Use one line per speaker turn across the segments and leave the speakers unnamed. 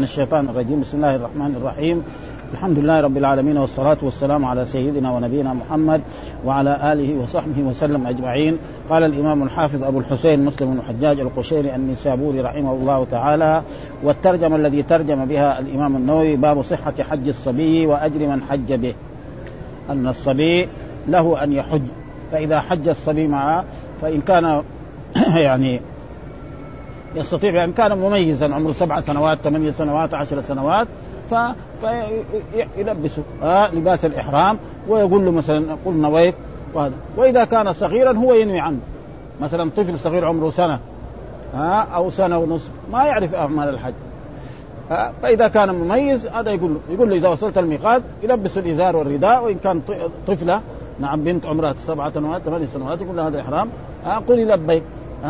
من الشيطان الرجيم. بسم الله الرحمن الرحيم. الحمد لله رب العالمين، والصلاة والسلام على سيدنا ونبينا محمد وعلى آله وصحبه وسلم أجمعين. قال الإمام الحافظ أبو الحسين مسلم بن الحجاج القشيري النسابوري رحمه الله تعالى: والترجمة الذي ترجم بها الإمام النووي: باب صحة حج الصبي وأجر من حج به. أن الصبي له أن يحج، فإذا حج الصبي معه فإن كان يعني يستطيع، يعني كان مميزا عمره 7 سنوات 8 سنوات 10 سنوات فيلبسه لباس الإحرام ويقول له مثلا قل نويت وهذا. وإذا كان صغيرا هو ينوي عنه، مثلا طفل صغير عمره سنة أو سنة ونصف ما يعرف أعمال الحج، فإذا كان مميز هذا يقول له إذا وصلت الميقات يلبس الإزار والرداء. وإن كان طفلة نعم بنت عمرها 7 سنوات 8 سنوات يقول لها هذا الإحرام قولي لبيك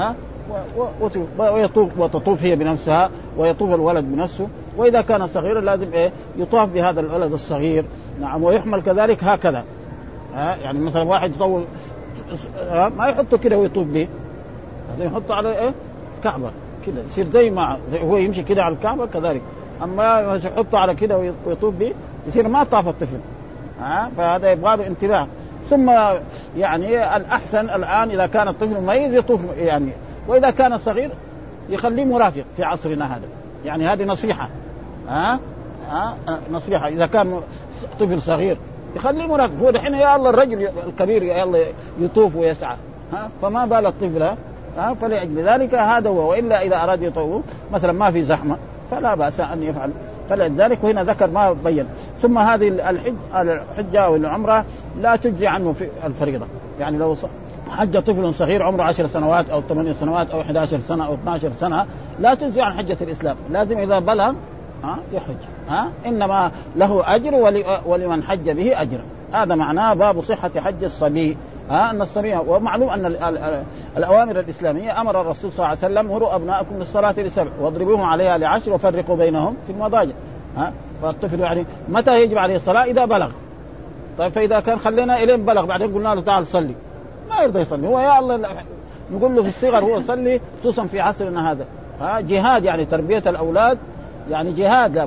وتطوف هي بنفسها ويطوف الولد بنفسه. وإذا كان صغيرا لازم يطاف بهذا الولد الصغير نعم، ويحمل كذلك هكذا يعني مثلا واحد يطول ما يحطه كده ويطوف به، لازم يحطه على كعبة كده يصير زي هو يمشي كده على الكعبة كذلك، أما يحطه على كده ويطوف به يصير ما طاف الطفل فهذا يبغى له انتباه. ثم يعني الأحسن الآن إذا كان الطفل مميز يطوف يعني، وإذا كان صغير يخليه مرافق في عصرنا هذا، يعني هذه نصيحة نصيحة. إذا كان طفل صغير يخليه مرافق، هو دحين يا الله الرجل الكبير يا الله يطوف ويسعى فما بال الطفل فلأجل ذلك هذا هو. وإلا إذا أراد يطوف مثلا ما في زحمة فلا بأس أن يفعل، فلذلك وهنا ذكر ما بين. ثم هذه الحجة والعمرة لا تجزي عنه في الفريضة، يعني لو حج طفل صغير عمره 10 سنوات أو 8 سنوات أو 11 سنة أو 12 سنة لا تجزي عن حجة الإسلام، لازم إذا بلغ يحج إنما له أجر ولمن حج به أجر. هذا معناه باب صحة حج الصبي. أن الصبي، ومعلوم أن الأوامر الإسلامية أمر الرسول صلى الله عليه وسلم: مروا أبناءكم بالصلاة ل7 واضربوهم عليها ل10 وفرقوا بينهم في المضاجع. فالطفل يعني متى يجب عليه الصلاة؟ إذا بلغ. طيب فإذا كان خلينا إلين بلغ بعدين قلنا له تعال صلي ما يرضى يصلي، هو يا الله نقول له في الصغر هو صلي، خصوصا في عصرنا هذا جهاد، يعني تربية الأولاد يعني جهاد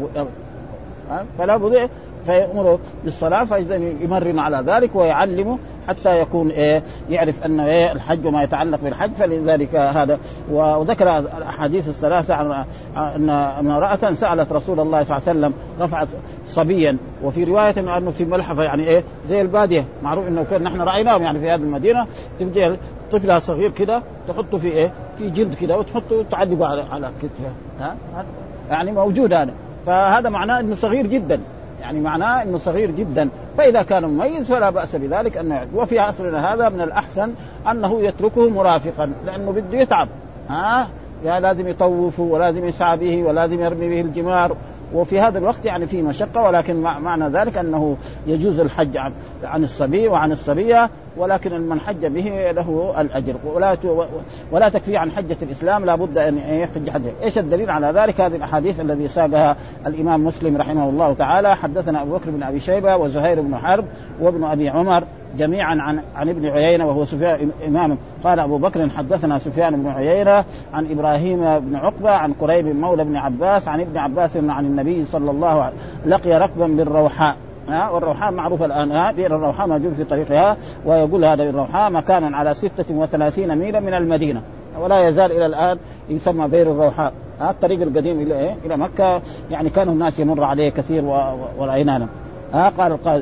فلا بد فيأمره بالصلاة، فإذا يمرن على ذلك ويعلمه حتى يكون يعرف أن الحج وما يتعلق بالحج. فلذلك هذا. وذكر الأحاديث الثلاثة أن امرأة سألت رسول الله صلى الله عليه وسلم رفعت صبيا، وفي رواية أنه في ملحفة يعني زي البادية، معروف أنه كان نحن رأيناهم يعني في هذه المدينة تبدأ طفلها صغير كده تحطه في في جلد كده وتحطه تعلقه على كتفه يعني موجود هذا. فهذا معناه أنه صغير جدا، يعني معناه انه صغير جدا. فاذا كان مميز فلا باس بذلك انه يعد. وفي عصرنا هذا من الاحسن انه يتركه مرافقا، لانه بده يتعب يا لازم يطوف ولازم يسعى به ولازم يرمي به الجمار، وفي هذا الوقت يعني فيه مشقة. ولكن معنى ذلك أنه يجوز الحج عن الصبي وعن الصبية، ولكن من حج به له الأجر. ولا تكفي عن حجة الإسلام، لا بد أن يحج حجة. إيش الدليل على ذلك؟ هذه الأحاديث الذي ساقها الإمام مسلم رحمه الله تعالى: حدثنا أبو بكر بن أبي شيبة وزهير بن حرب وابن أبي عمر جميعا عن ابن عيينة وهو سفيان إمام. قال أبو بكر: حدثنا سفيان بن عيينة عن إبراهيم بن عقبة عن قريب مولى بن عباس عن ابن عباس عن النبي صلى الله عليه وسلم: لقي ركبا بالروحاء. والروحاء معروف الآن بئر الروحاء موجود في طريقها، ويقول هذا الروحاء مكان على 36 ميلا من المدينة، ولا يزال إلى الآن يسمى بئر الروحاء. الطريق القديم إلى مكة، يعني كانوا الناس يمر عليه كثير ورأينا. قال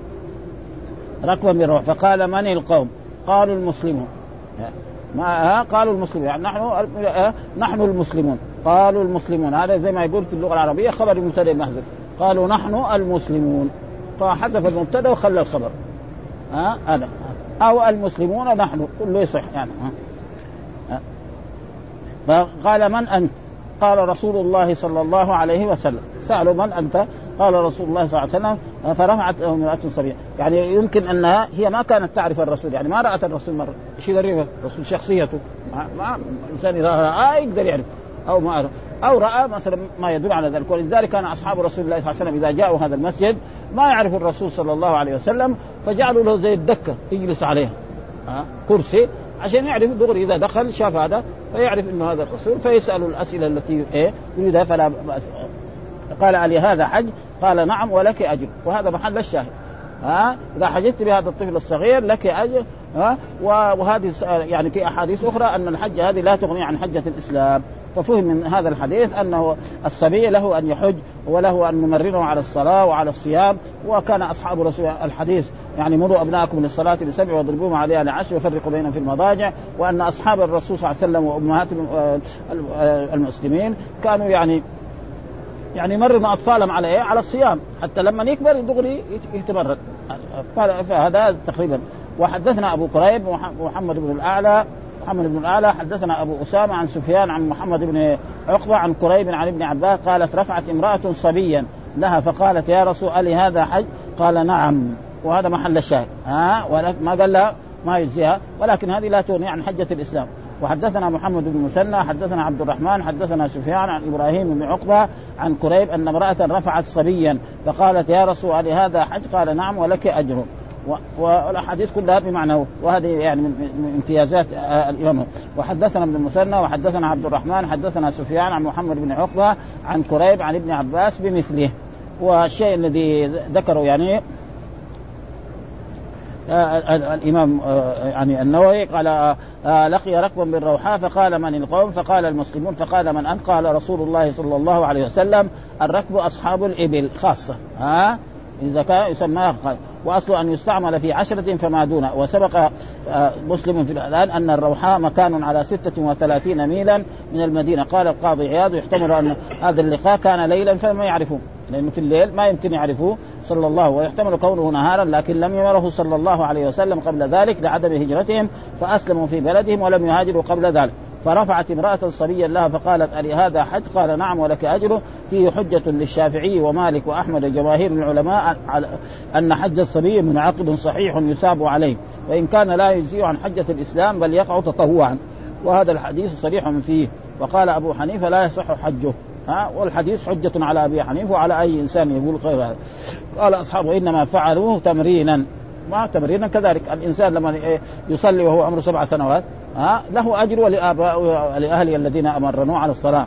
ركبا بالروح، فقال: من القوم؟ قالوا المسلمون. ما قالوا المسلمون يعني نحن المسلمون. قالوا المسلمون، هذا زي ما يقول في اللغة العربية خبر المبتدأ محذوف. قالوا نحن المسلمون، فحذف المبتدأ وخلى الخبر هذا أو المسلمون نحن كله يصح يعني. فقال: من أنت؟ قال: رسول الله صلى الله عليه وسلم. سألوا: من أنت؟ قال: رسول الله صلى الله عليه وسلم. فرفعت امرأة صبية، يعني يمكن أنها هي ما كانت تعرف الرسول، يعني ما رأت الرسول مرة. إيش يدري الرسول شخصيته؟ ما إنسان إذا يقدر يعرف أو ما أعرف. أو رأى مثلا ما يدل على ذلك. ولذلك كان أصحاب رسول الله صلى الله عليه وسلم إذا جاءوا هذا المسجد ما يعرف الرسول صلى الله عليه وسلم، فجعلوا له زي الدكة يجلس عليها كرسي عشان يعرف دغري إذا دخل شاف هذا فيعرف إنه هذا الرسول، فيسأل الأسئلة التي يريدها فلا بأس. قال ألي هذا حج؟ قال نعم ولك أجر. وهذا محل الشاهد. إذا حجت بهذا الطفل الصغير لك أجر. وهذه يعني في أحاديث أخرى أن الحج هذه لا تغني عن حجة الإسلام. ففهم من هذا الحديث أنه الصبي له أن يحج وله أن نمرنه على الصلاة وعلى الصيام. وكان أصحاب رسول الحديث يعني مروا أبناءكم للصلاة ل7 واضربوهم عليها ل10 وفرقوا بينهم في المضاجع. وأن أصحاب الرسول صلى الله عليه وسلم وأمهات المسلمين كانوا يعني مرنا أطفالهم على إيه؟ على الصيام حتى لما يكبر دغري يتمرد. فهذا تقريبا. وحدثنا أبو كريب محمد بن الأعلى حدثنا أبو أسامة عن سفيان عن محمد بن عقبة عن كريب عن ابن عباس قالت رفعت امرأة صبيا لها فقالت يا رسول ألي هذا حج؟ قال نعم. وهذا محل الشاهد. ما قال لها ما يجزيها، ولكن هذه لا تغني عن حجة الإسلام. وحدثنا محمد بن مسنى حدثنا عبد الرحمن حدثنا سفيان عن إبراهيم بن عقبة عن كريب أن امرأة رفعت صبيا فقالت يا رسول ألي هذا حج؟ قال نعم ولك أجر. والأحاديث كلها بمعنى. وهذه يعني من امتيازات الإمام. وحدثنا ابن المثنى وحدثنا عبد الرحمن حدثنا سفيان عن محمد بن عقبة عن كريب عن ابن عباس بمثله. والشيء الذي ذكره يعني الإمام يعني النووي قال لقي ركبا بالروحاء فقال من القوم؟ فقال المسلمون. فقال من أنت؟ قال رسول الله صلى الله عليه وسلم الركب أصحاب الإبل خاصة. إذا كان يسمى وأصل أن يستعمل في 10 فما دونه. وسبق مسلم في الإعلان أن الروحاء مكان على 36 ميلا من المدينة. قال القاضي عياض يحتمل أن هذا اللقاء كان ليلا فما يعرفون، لأنه في الليل ما يمكن يعرفوه صلى الله، ويحتمل كونه نهارا لكن لم يمره صلى الله عليه وسلم قبل ذلك لعدم هجرتهم فأسلموا في بلدهم ولم يهاجروا قبل ذلك. فرفعت امرأة صبيا لها فقالت ألي هذا حج؟ قال نعم ولك أجر. فيه حجة للشافعي ومالك وأحمد وجماهير العلماء أن حج الصبي منعقد صحيح يثاب عليه، وإن كان لا يجزي عن حجة الإسلام بل يقع تطوعا. وهذا الحديث صريح فيه. وقال أبو حنيفة لا يصح حجه. والحديث حجة على أبي حنيفة وعلى أي إنسان يقول غير هذا. قال أصحابه إنما فعلوه تمرينا. ما تمرينا كذلك الإنسان لما يصلي وهو عمره 7 سنوات له أجر ولآباء ولأهله الذين أمرنوا على الصلاة.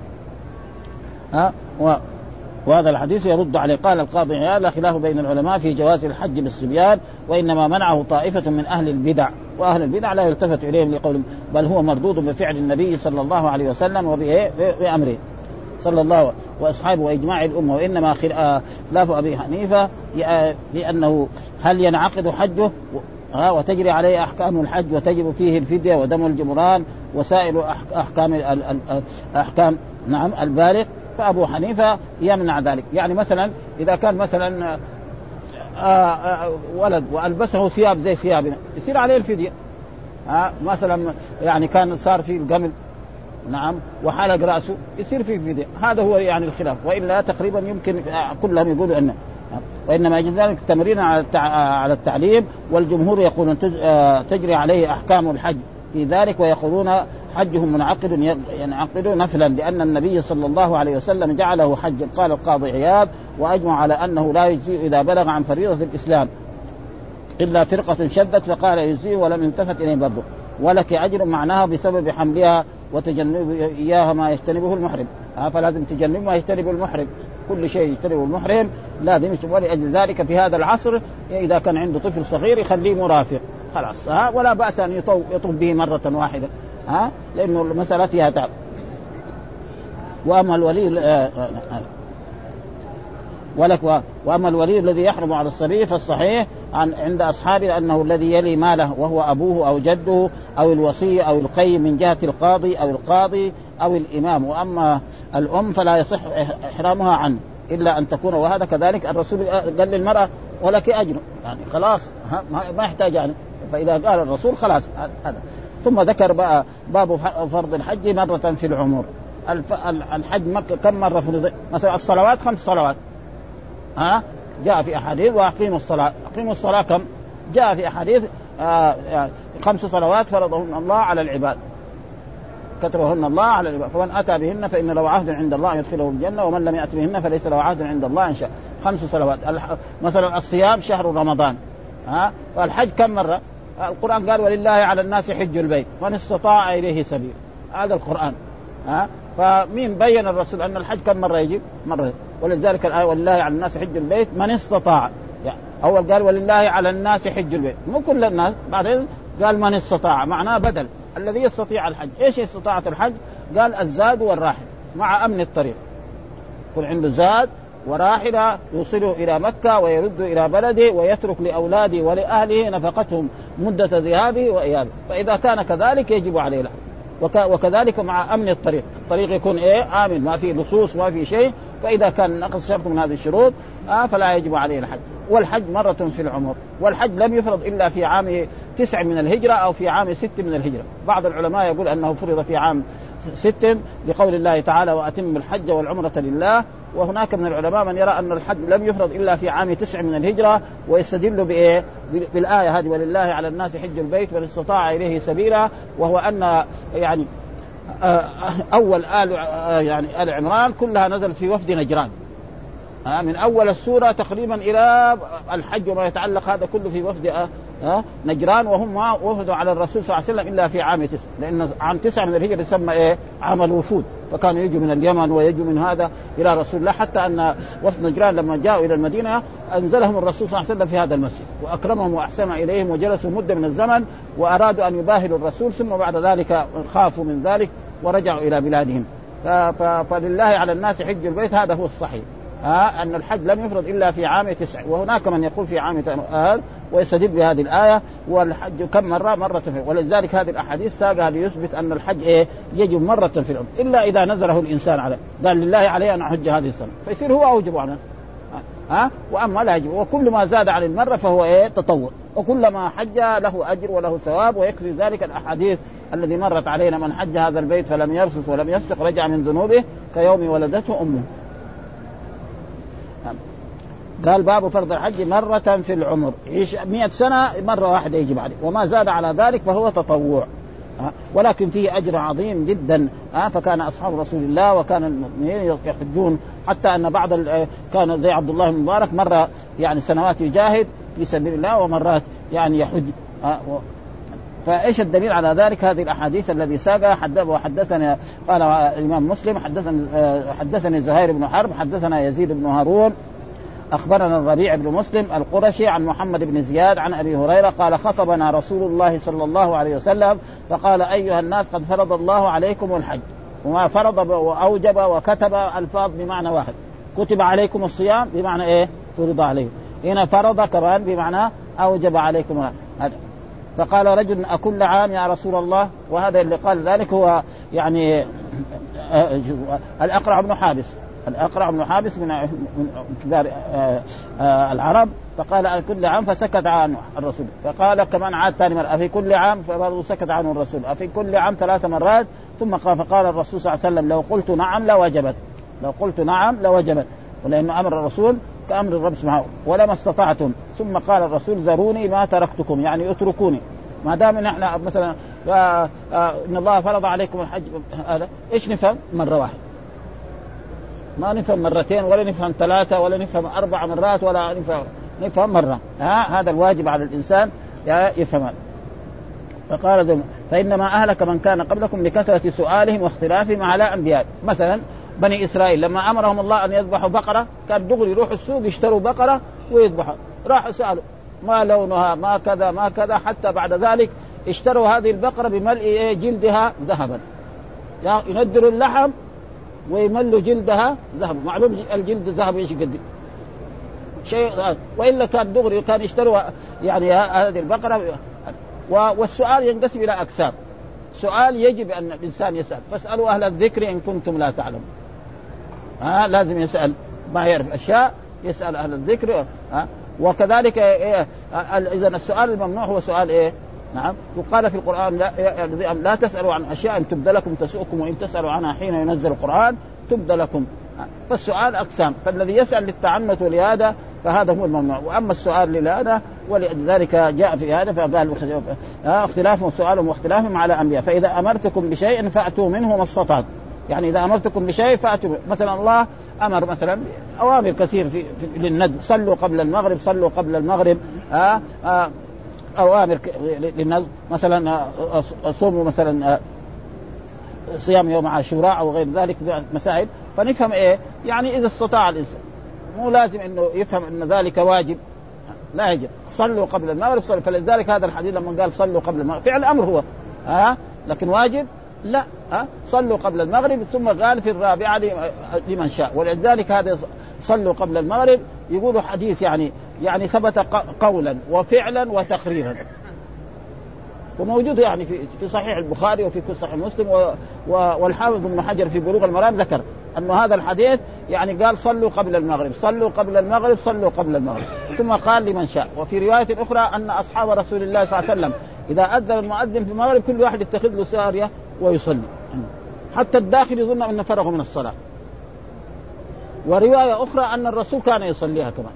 وهذا الحديث يرد عليه. قال القاضي عياض لا خلاف بين العلماء في جواز الحج للصبيان، وإنما منعه طائفة من أهل البدع، وأهل البدع لا يلتفت إليهم لقولهم بل هو مردود بفعل النبي صلى الله عليه وسلم وبأمره صلى الله وأصحابه وإجماع الأمة. وإنما خلاف أبي حنيفة لأنه هل ينعقد حجه وتجري عليه أحكام الحج وتجب فيه الفدية ودم الجمران وسائر أحكام نعم البالغ. فأبو حنيفة يمنع ذلك. يعني مثلا إذا كان مثلا ولد وألبسه ثياب زي ثيابنا يصير عليه الفدية. مثلا يعني كان صار فيه الجمل نعم وحلق رأسه يصير فيه فدية. هذا هو يعني الخلاف. وإلا تقريبا يمكن كلهم يقولوا أنه وإنما يجوز ذلك تمرين على التعليم. والجمهور يقولون تجري عليه أحكام الحج في ذلك، ويقولون حجهم منعقد ينعقد نفلا لأن النبي صلى الله عليه وسلم جعله حجا. قال القاضي عياض وأجمع على أنه لا يجزي إذا بلغ عن فريضة الإسلام إلا فرقة شدت فقال يجزي ولم يلتفت إليه برضه. ولك أجر معناها بسبب حملها وتجنب إياها ما يجتنبه المحرم. فلازم تجنب ما يجتنبه المحرم. كل شيء يجتنبه المحرم لازم يشتري. ولأجل ذلك في هذا العصر إذا كان عنده طفل صغير يخليه مرافق خلاص ولا بأس أن يطوف به مرة واحدة لأنه المسألة فيها تعب. وأما الولي الذي يحرم على الصبي فالصحيح عند أصحابه أنه الذي يلي ماله وهو أبوه أو جده أو الوصي أو القيم من جهة القاضي أو الإمام. وأما الأم فلا يصح إحرامها عنه إلا أن تكون. وهذا كذلك الرسول قال للمرأة ولك أجر يعني خلاص ما يحتاج يعني. فإذا قال الرسول خلاص هذا. ثم ذكر بقى باب فرض الحج مرة في العمر. الحج مكة كم مرة فرض؟ مثلا الصلوات 5 صلوات جاء في أحاديث وأقيموا الصلاة. أقيموا الصلاة كم؟ جاء في أحاديث 5 صلوات فرضهن الله على العباد كتبهن الله على العباد فمن أتى بهن فإن له عهد عند الله يدخله الجنة ومن لم يأت بهن فليس له عهد عند الله إن شاء. 5 صلوات. مثلا الصيام شهر رمضان والحج كم مرة؟ القرآن قال ولله على الناس حج البيت من استطاع إليه سبيل. هذا القرآن فمين بين الرسول أن الحج كم مرة يجب؟ مرة. ولذلك الآية ولله على الناس حج البيت من استطاع. يعني أول قال ولله على الناس حج البيت، مو كل الناس، بعدين قال من استطاع، معناه بدل الذي يستطيع الحج. إيش استطاعة الحج؟ قال الزاد والراحل مع أمن الطريق، يكون عنده زاد وراحلة يوصله إلى مكة ويرد إلى بلده ويترك لأولاده ولأهله نفقتهم مدة ذهابه وإيابه، فإذا كان كذلك يجب عليه الحج. وكذلك مع أمن الطريق، الطريق يكون آمن، ما في لصوص ما في شيء، فإذا كان نقص شرط من هذه الشروط فلا يجب عليه الحج. والحج مرة في العمر، والحج لم يفرض إلا في عام 9 من الهجرة أو في عام 6 من الهجرة. بعض العلماء يقول أنه فرض في عام 6 لقول الله تعالى وأتم الحج والعمرة لله، وهناك من العلماء من يرى أن الحج لم يفرض إلا في عام 9 من الهجرة، ويستدل بالآية هذه ولله على الناس حج البيت من استطاع إليه سبيلا، وهو أن يعني أول آل عمران كلها نزل في وفد نجران، من أول السورة تقريبا إلى الحج وما يتعلق هذا كله في وفد نجران، وهم ما وفدوا على الرسول صلى الله عليه وسلم إلا في عام 9، لأن عام 9 من الهجرة يسمى عام الوفود، فكانوا يجوا من اليمن ويجوا من هذا إلى رسول الله، حتى أن وفد نجران لما جاءوا إلى المدينة أنزلهم الرسول صلى الله عليه وسلم في هذا المسجد وأكرمهم وأحسن إليهم وجلسوا مدة من الزمن، وأرادوا أن يباهلوا الرسول، ثم بعد ذلك خافوا من ذلك ورجعوا إلى بلادهم. فلله على الناس حج البيت، هذا هو الصحيح، أن الحج لم يفرض إلا في عام 9، وهناك من يقول في عام ويستدل بهذه الآية. والحج كم مرة فيه، ولذلك هذه الأحاديث سابقة ليثبت أن الحج يجب مرة في العمر، إلا إذا نذره الإنسان عليه، قال لله عليه أن أحج هذه السنة، فيصير هو أوجب عنه، وأما لا يجب. وكل ما زاد عن المرة فهو تطوع، وكل ما حج له أجر وله ثواب، ويكفي ذلك الأحاديث الذي مرت علينا: من حج هذا البيت فلم يرفث ولم يفسق رجع من ذنوبه كيوم ولدته أمه. قال باب فرض الحج مرة في العمر، 100 سنة مرة واحدة يجب عليه، وما زاد على ذلك فهو تطوع، ولكن فيه أجر عظيم جدا. فكان أصحاب رسول الله وكان المؤمنين يحجون، حتى أن بعض كان زي عبد الله بن مبارك مرة يعني سنوات يجاهد في سبيل الله ومرات يعني يحج. فإيش الدليل على ذلك؟ هذه الأحاديث الذي ساقها. حدثنا قال الإمام مسلم حدثني زهير بن حرب حدثنا يزيد بن هارون أخبرنا الربيع بن مسلم القرشي عن محمد بن زياد عن أبي هريرة قال خطبنا رسول الله صلى الله عليه وسلم فقال أيها الناس قد فرض الله عليكم الحج، وما فرض وأوجب وكتب ألفاظ بمعنى واحد، كتب عليكم الصيام بمعنى فرض عليكم، هنا فرض كمان بمعنى أوجب عليكم. فقال رجل أكل عام يا رسول الله؟ وهذا اللي قال ذلك هو يعني الأقرع بن حابس من كبار العرب، فقال كل عام فسكت عنه الرسول، فقال كمان عاد ثاني مرة أفي كل عام، فبرضه سكت عنه الرسول، أفي كل عام 3 مرات، ثم قال فقال الرسول صلى الله عليه وسلم لو قلت نعم لوجبت، ولأنه أمر الرسول كأمر الرب سبحانه ولما استطعتم، ثم قال الرسول ذروني ما تركتكم، يعني اتركوني، ما دام نحن مثلا إن الله فرض عليكم الحج، هذا إيش نفهم؟ مرة واحدة، ما نفهم مرتين ولا نفهم 3 ولا نفهم 4 مرات ولا نفهم مرة. هذا الواجب على الإنسان يفهم. فقال فإنما أهلك من كان قبلكم لكثرة سؤالهم واختلافهم على أنبياء. مثلا بني إسرائيل لما أمرهم الله أن يذبحوا بقرة كان دغري يروحوا السوق يشتروا بقرة ويذبحوا، راحوا سألوا ما لونها ما كذا، حتى بعد ذلك اشتروا هذه البقرة بملء جلدها ذهبا، يندروا اللحم ويملوا جلدها ذهب، معلوم الجلد ذهب ايش قد شيء، والا كان دغري كان يشتروا يعني هذه البقره. والسؤال ينقسم الى اقسام، سؤال يجب ان الانسان يسال، فاسالوا اهل الذكر ان كنتم لا تعلمون، لازم يسال ما يعرف اشياء يسال اهل الذكر. وكذلك اذا السؤال الممنوع هو سؤال نعم، وقال في القرآن لا تسألوا عن أشياء إن تبد لكم تسؤكم، وإن تسألوا عنها حين ينزل القرآن تبد لكم. فالسؤال أقسام، فالذي يسأل للتعنت ولهذا فهذا هو الممنوع، وأما السؤال لهذا ولذلك جاء في هذا فقال اختلافهم سؤالهم واختلافهم على أنبياء، فإذا أمرتكم بشيء فأتوا منه ما استطعتم، يعني إذا أمرتكم بشيء فأتوا. مثلا الله أمر مثلا أوامر كثير في للندب، صلوا قبل المغرب، صلوا قبل المغرب، أوامر للناس، مثلا صوموا مثلا صيام يوم عاشوراء أو غير ذلك مسائل. فنفهم إيه يعني إذا استطاع الإنسان، مو لازم إنه يفهم إن ذلك واجب، لا يجب. صلوا قبل المغرب صلوا. فلذلك هذا الحديث لما قال صلوا قبل المغرب فعل أمر هو لكن واجب لا. صلوا قبل المغرب، ثم قال في الرابعة لمن شاء. ولذلك هذا صلوا قبل المغرب يقولوا حديث يعني ثبت قولا وفعلا وتقريرا، وموجود يعني في صحيح البخاري وفي صحيح مسلم. والحافظ ابن حجر في بلوغ المرام ذكر أن هذا الحديث يعني قال صلوا قبل المغرب، صلوا قبل المغرب، صلوا قبل المغرب، ثم قال لمن شاء. وفي رواية أخرى أن أصحاب رسول الله صلى الله عليه وسلم إذا أذن المؤذن في المغرب كل واحد يتخذ له سارية ويصلي، حتى الداخل يظن أن فرغوا من الصلاة. ورواية أخرى أن الرسول كان يصليها كمان.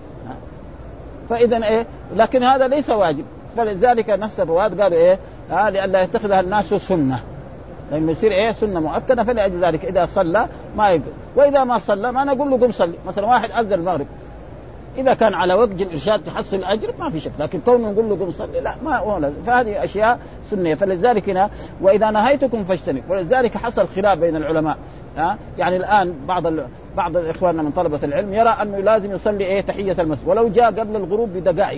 فإذا إيه، لكن هذا ليس واجب. فلذلك نفس الرواة قالوا لألا يتخذها الناس سنة، لما يصير سنة مؤكدة. فلأجل ذلك إذا صلى ما يقول، وإذا ما صلى ما نقول له قم صلي. مثلا واحد أذن المغرب إذا كان على وجه الإرشاد تحصل الأجر ما في شك، لكن كونه نقول له قم صلي لا، ما لازم. فهذه أشياء سنية. فلذلك هنا وإذا نهيتكم فاجتنبوا. ولذلك حصل خلاف بين العلماء. يعني الآن بعض إخواننا من طلبة العلم يرى أنه لازم يصلي تحية المسجد ولو جاء قبل الغروب بدقائق.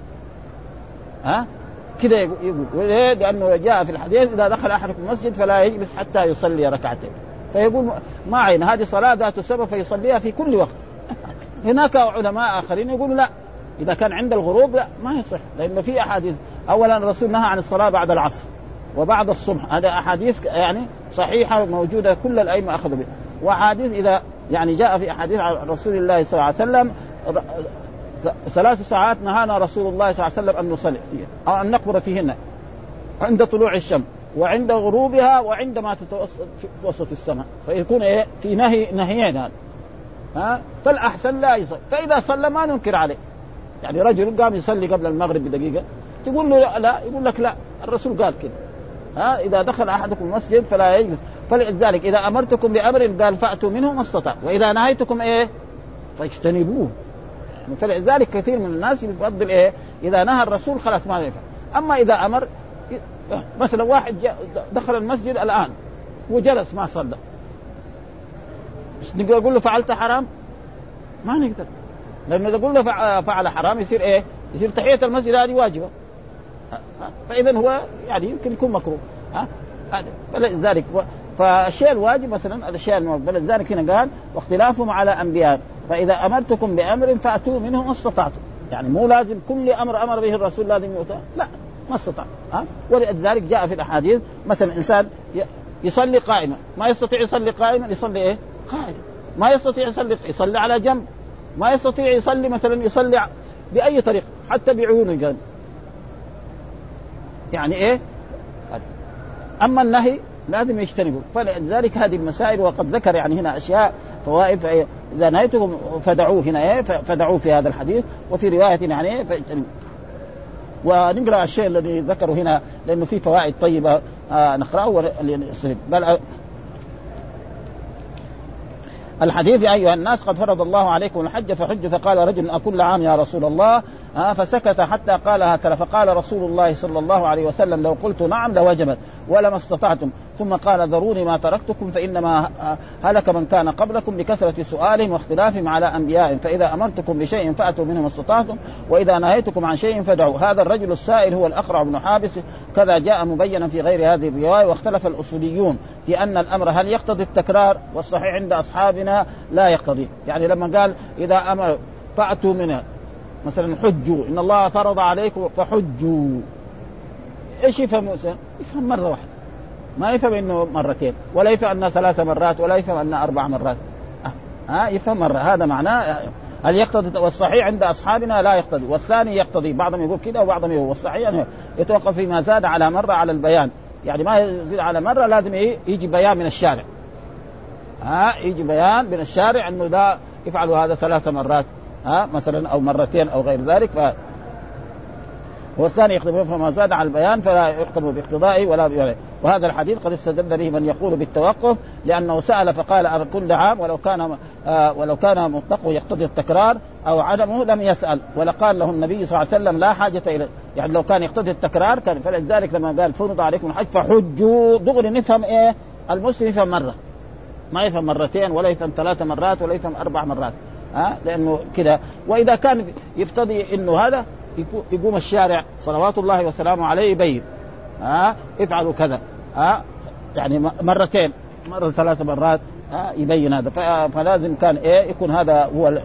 كده يقول لأنه جاء في الحديث إذا دخل أحدكم المسجد فلا يجلس حتى يصلي ركعتين. فيقول ما عين هذه صلاة ذات سبب فيصليها في كل وقت. هناك علماء آخرين يقولوا لا، إذا كان عند الغروب لا ما يصح، لأنه في أحاديث. أولا الرسول نهى عن الصلاة بعد العصر وبعد الصبح، هذا أحاديث يعني صحيحة موجودة كل الأئمة أخذوا بها. وأحاديث إذا يعني جاء في أحاديث عن رسول الله صلى الله عليه وسلم 3 ساعات نهانا رسول الله صلى الله عليه وسلم أن نصلي فيها أو أن نقبر فيهن: عند طلوع الشمس وعند غروبها وعندما تتوسط السماء. فيكون في نهيين هذا. فالأحسن لا يصلي. فإذا صلى ما ننكر عليه. يعني رجل قام يصلي قبل المغرب بدقيقة تقول له لا، يقول لك لا الرسول قال كده. إذا دخل أحدكم المسجد فلا يجلس. فلذلك إذا أمرتكم بأمر قال فأتوا منه ما استطاع، وإذا نهيتكم فاجتنبوه. فلذلك كثير من الناس يفضل إذا نهى الرسول خلاص ما ينفع. أما إذا أمر، مثلا واحد دخل المسجد الآن وجلس ما صلى، نقول له فعلت حرام؟ ما نقدر، لأنه إذا قلنا فعل حرام يصير يصير تحية المسجد هذه واجبة. فإذا هو يعني يمكن يكون مكروه. فلذلك فالشيء الواجب مثلا الأشياء الموجبة. فلذلك هنا قال واختلافهم على أنبياء، فإذا أمرتكم بأمر فأتوا منه ما استطعتم. يعني مو لازم كل أمر به الرسول لازم يؤتى، لا ما استطاع. ولذلك جاء في الأحاديث مثلا إنسان يصلي قائما ما يستطيع يصلي قائما يصلي قاعدا، ما يستطيع يصلي على جنب، ما يستطيع يصلي مثلا يصلي بأي طريقة حتى بعيونه قال. يعني أما النهي لازم يجتنبوا. فلذلك هذه المسائل وقد ذكر يعني هنا أشياء فوائد. إذا نهيتهم فدعوه هنا فدعوه في هذا الحديث. وفي رواية يعني فاجتنبوا. ونقرأ الشيء الذي ذكره هنا لأنه فيه فوائد طيبة نقرأه. بل الحديث: يا أيها الناس قد فرض الله عليكم الحج فحج. فقال رجل: أكل عام يا رسول الله؟ فسكت حتى قالها 3. فقال رسول الله صلى الله عليه وسلم: لو قلت نعم لوجبت ولما استطعتم. ثم قال: ذروني ما تركتكم فإنما هلك من كان قبلكم بكثرة سؤالهم واختلافهم على أنبيائهم. فإذا أمرتكم بشيء فأتوا منه ما استطعتم، وإذا نهيتكم عن شيء فدعوا. هذا الرجل السائل هو الأقرع بن حابس، كذا جاء مبينا في غير هذه الرواية. واختلف الأصوليون في أن الأمر هل يقتضي التكرار، والصحيح عند أصحابنا لا يقتضي. يعني لما قال إذا أمر فأتوا منه مثلا حجوا، إن الله فرض عليكم فحجوا، إيش يفهم موسى؟ يفهم مرة واحدة، ما يفهم إنه مرتين، ولا يفهم أنه 3 مرات، ولا يفهم أنه 4 مرات. يفهم مرة. هذا معناه هل يقتضي. والصحيح عند أصحابنا لا يقتضي، والثاني يقتضي. بعضهم يقول كده وبعضهم يقول. والصحيح أنه يتوقف فيما زاد على مرة على البيان. يعني ما يزيد على مرة لازم يجي بيان من الشارع. يجي بيان من الشارع أنه ده يفعلوا هذا 3 مرات مثلا أو مرتين أو غير ذلك. والثاني يقتضي فما زاد على البيان فلا يقتضي باقتضائه ولا بيعنى. وهذا الحديث قد استدل به من يقول بالتوقف، لأنه سأل فقال كل عام، ولو كان مطلقه يقتضي التكرار أو عدمه لم يسأل، ولقال له النبي صلى الله عليه وسلم لا حاجة إليه. يعني لو كان يقتضي التكرار كان. فلذلك لما قال فرض عليكم الحج فحجوا، دغري نفهم المسلم يفهم مرة. ما يفهم مرتين ولا يفهم 3 مرات ولا يفهم 4 مرات، لأنه كده. وإذا كان يفتضي إنه هذا يقوم الشارع صلوات الله وسلامه عليه يبين افعلوا كذا يعني مرتين، مرة 3 مرات يبين هذا. فلازم كان يكون هذا هو.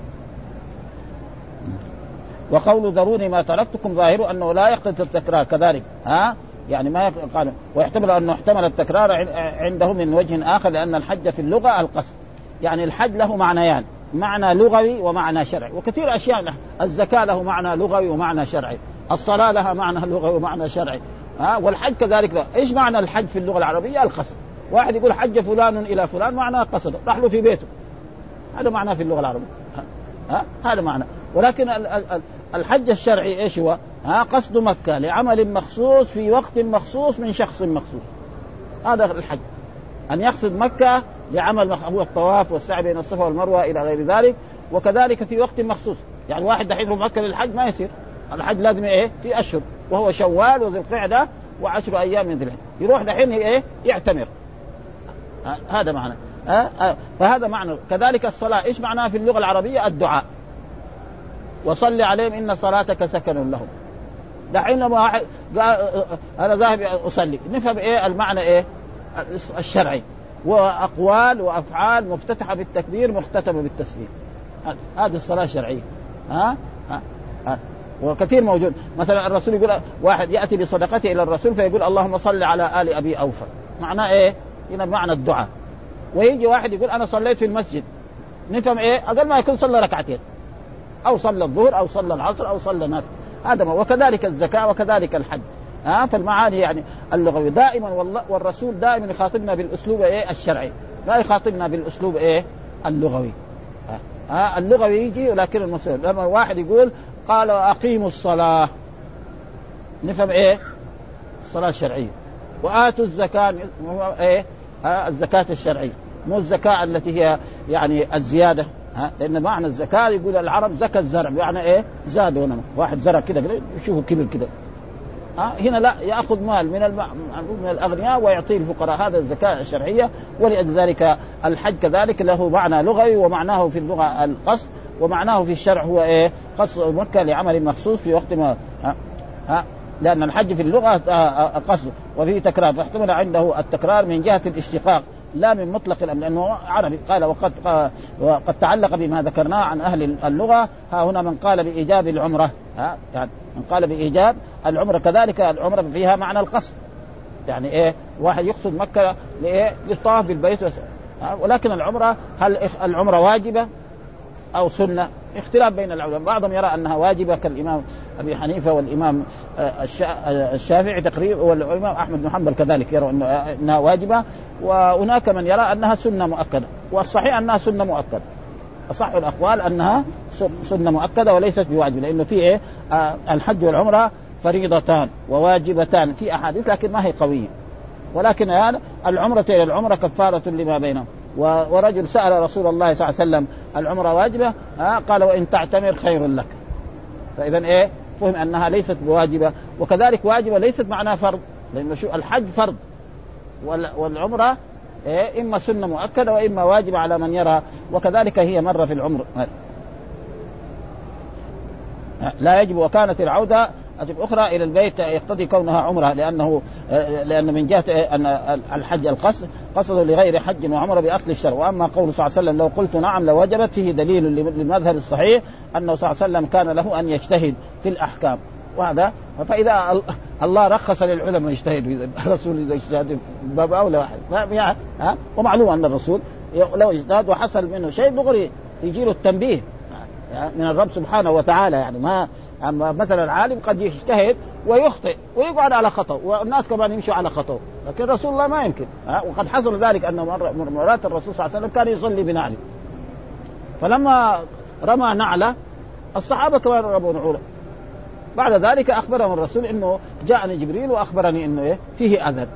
وقول ذروني ما تركتكم ظاهر أنه لا يقتضي التكرار كذلك يعني ما قال. ويحتمل أنه احتمل التكرار عنده من وجه آخر، لأن الحج في اللغة القصد، يعني الحج له معنيان، معنى لغوي ومعنى شرعي. وكثير أشياء، الزكاة له معنى لغوي ومعنى شرعي، الصلاة لها معنى لغوي ومعنى شرعي والحج كذلك له. إيش معنى الحج في اللغة العربية؟ القصد. واحد يقول حج فلان إلى فلان، معناه قصده، راح له في بيته، هذا معناه في اللغة العربية هذا معنى. ولكن الحج الشرعي إيش هو؟ قصد مكة لعمل مخصوص في وقت مخصوص من شخص مخصوص، هذا الحج، أن يقصد مكة لعمل هو الطواف والسعي بين الصفا والمروة إلى غير ذلك، وكذلك في وقت مخصوص. يعني واحد دحين مكة للحج ما يصير، الحج لازم في أشهر، وهو شوال وذي القعدة و10 أيام من ذي الحج، يروح دحين يعتمر، هذا معنى. فهذا معنى. كذلك الصلاة إيش معناها في اللغة العربية؟ الدعاء، وصلي عليهم إن صلاتك سكن لهم. دحين لما واحد أنا ذاهب أصلي، نفهم المعنى الشرعي، وأقوال وأفعال مفتتحة بالتكبير مختتمة بالتسليم، هذه الصلاة الشرعية. وكثير موجود. مثلا الرسول يقول، واحد يأتي بصدقته إلى الرسول فيقول اللهم صل على آل أبي أوفى، معناه هنا معنى الدعاء. ويجي واحد يقول أنا صليت في المسجد، نفهم أقل ما يكون صلى ركعتين، أو صلى الظهر أو صلى العصر أو صلى نافلة، هذا ما. وكذلك الزكاة وكذلك الحج. فالمعاني يعني اللغوي دائما، والرسول دائما يخاطبنا بالأسلوب الشرعي، لا يخاطبنا بالأسلوب اللغوي. اللغوي يجي، ولكن المسلم لما واحد يقول قال أقيموا الصلاة، نفهم الصلاة الشرعية. وآتوا الزكاة، الزكاة الشرعية، مو الزكاة التي هي يعني الزيادة. لأن معنى الزكاة يقول العرب زكى الزرع، يعني زاد هنا واحد زرع كده يشوفه كبر كده، هنا لا، يأخذ مال من الأغنياء ويعطيه الفقراء، هذا الزكاة الشرعية. ولذلك الحج كذلك له معنى لغوي، ومعناه في اللغة القصد، ومعناه في الشرع هو قصد مكة لعمل مخصوص في وقت ما. لأن الحج في اللغة قصد وفيه تكرار، فاحتمل عنده التكرار من جهة الاشتقاق لا من مطلق الأمر، لأنه عربي. قال وقد تعلق بما ذكرناه عن أهل اللغة. هنا من قال بإيجاب العمرة، يعني من قال بإيجاب العمرة، كذلك العمرة فيها معنى القصد، يعني واحد يقصد مكة للطواف بالبيت ولكن العمرة، هل العمرة واجبة أو سنة؟ اختلاف بين العلماء، بعضهم يرى أنها واجبة كالإمام أبي حنيفة والإمام الشافعي تقريبا، والإمام أحمد بن حنبل كذلك يرى أنها واجبة، وهناك من يرى أنها سنة مؤكدة. والصحيح أنها سنة مؤكدة، أصح الأقوال أنها سنة مؤكدة وليست بواجبة، لأنه في الحج والعمرة فريضتان وواجبتان في أحاديث لكن ما هي قوية. ولكن العمرة إلى العمرة كفارة لما بينهم. ورجل سأل رسول الله صلى الله عليه وسلم العمرة واجبة؟ قال وإن تعتمر خير لك. فإذا فهم أنها ليست بواجبة. وكذلك واجبة ليست معناها فرض، لأنه الحج فرض والعمرة إما سنة مؤكدة وإما واجبة على من يرى. وكذلك هي مرة في العمر لا يجب. وكانت العودة أخرى إلى البيت يقتضي كونها عمرة، لأن من جهة أن الحج قصد لغير حج وعمرة بأصل الشرع. وأما قول صلى الله عليه وسلم لو قلت نعم لوجبت، فيه دليل للمذهب الصحيح أنه صلى الله عليه وسلم كان له أن يجتهد في الأحكام. وهذا فإذا الله رخص للعلماء يجتهدوا، الرسول إذا اجتهد باب أولى واحد. ومعلوم أن الرسول لو اجتهد وحصل منه شيء دغري يجيله التنبيه من الرب سبحانه وتعالى. يعني ما مثلا العالم قد يجتهد ويخطئ ويقعد على خطأ، والناس كمان يمشوا على خطأ، لكن رسول الله ما يمكن. وقد حصل ذلك أنه مرات الرسول صلى الله عليه وسلم كان يصلي بنعله، فلما رمى نعله الصحابة كمان رموا نعوله. بعد ذلك أخبرهم الرسول إنه جاءني جبريل وأخبرني إنه فيه أذى.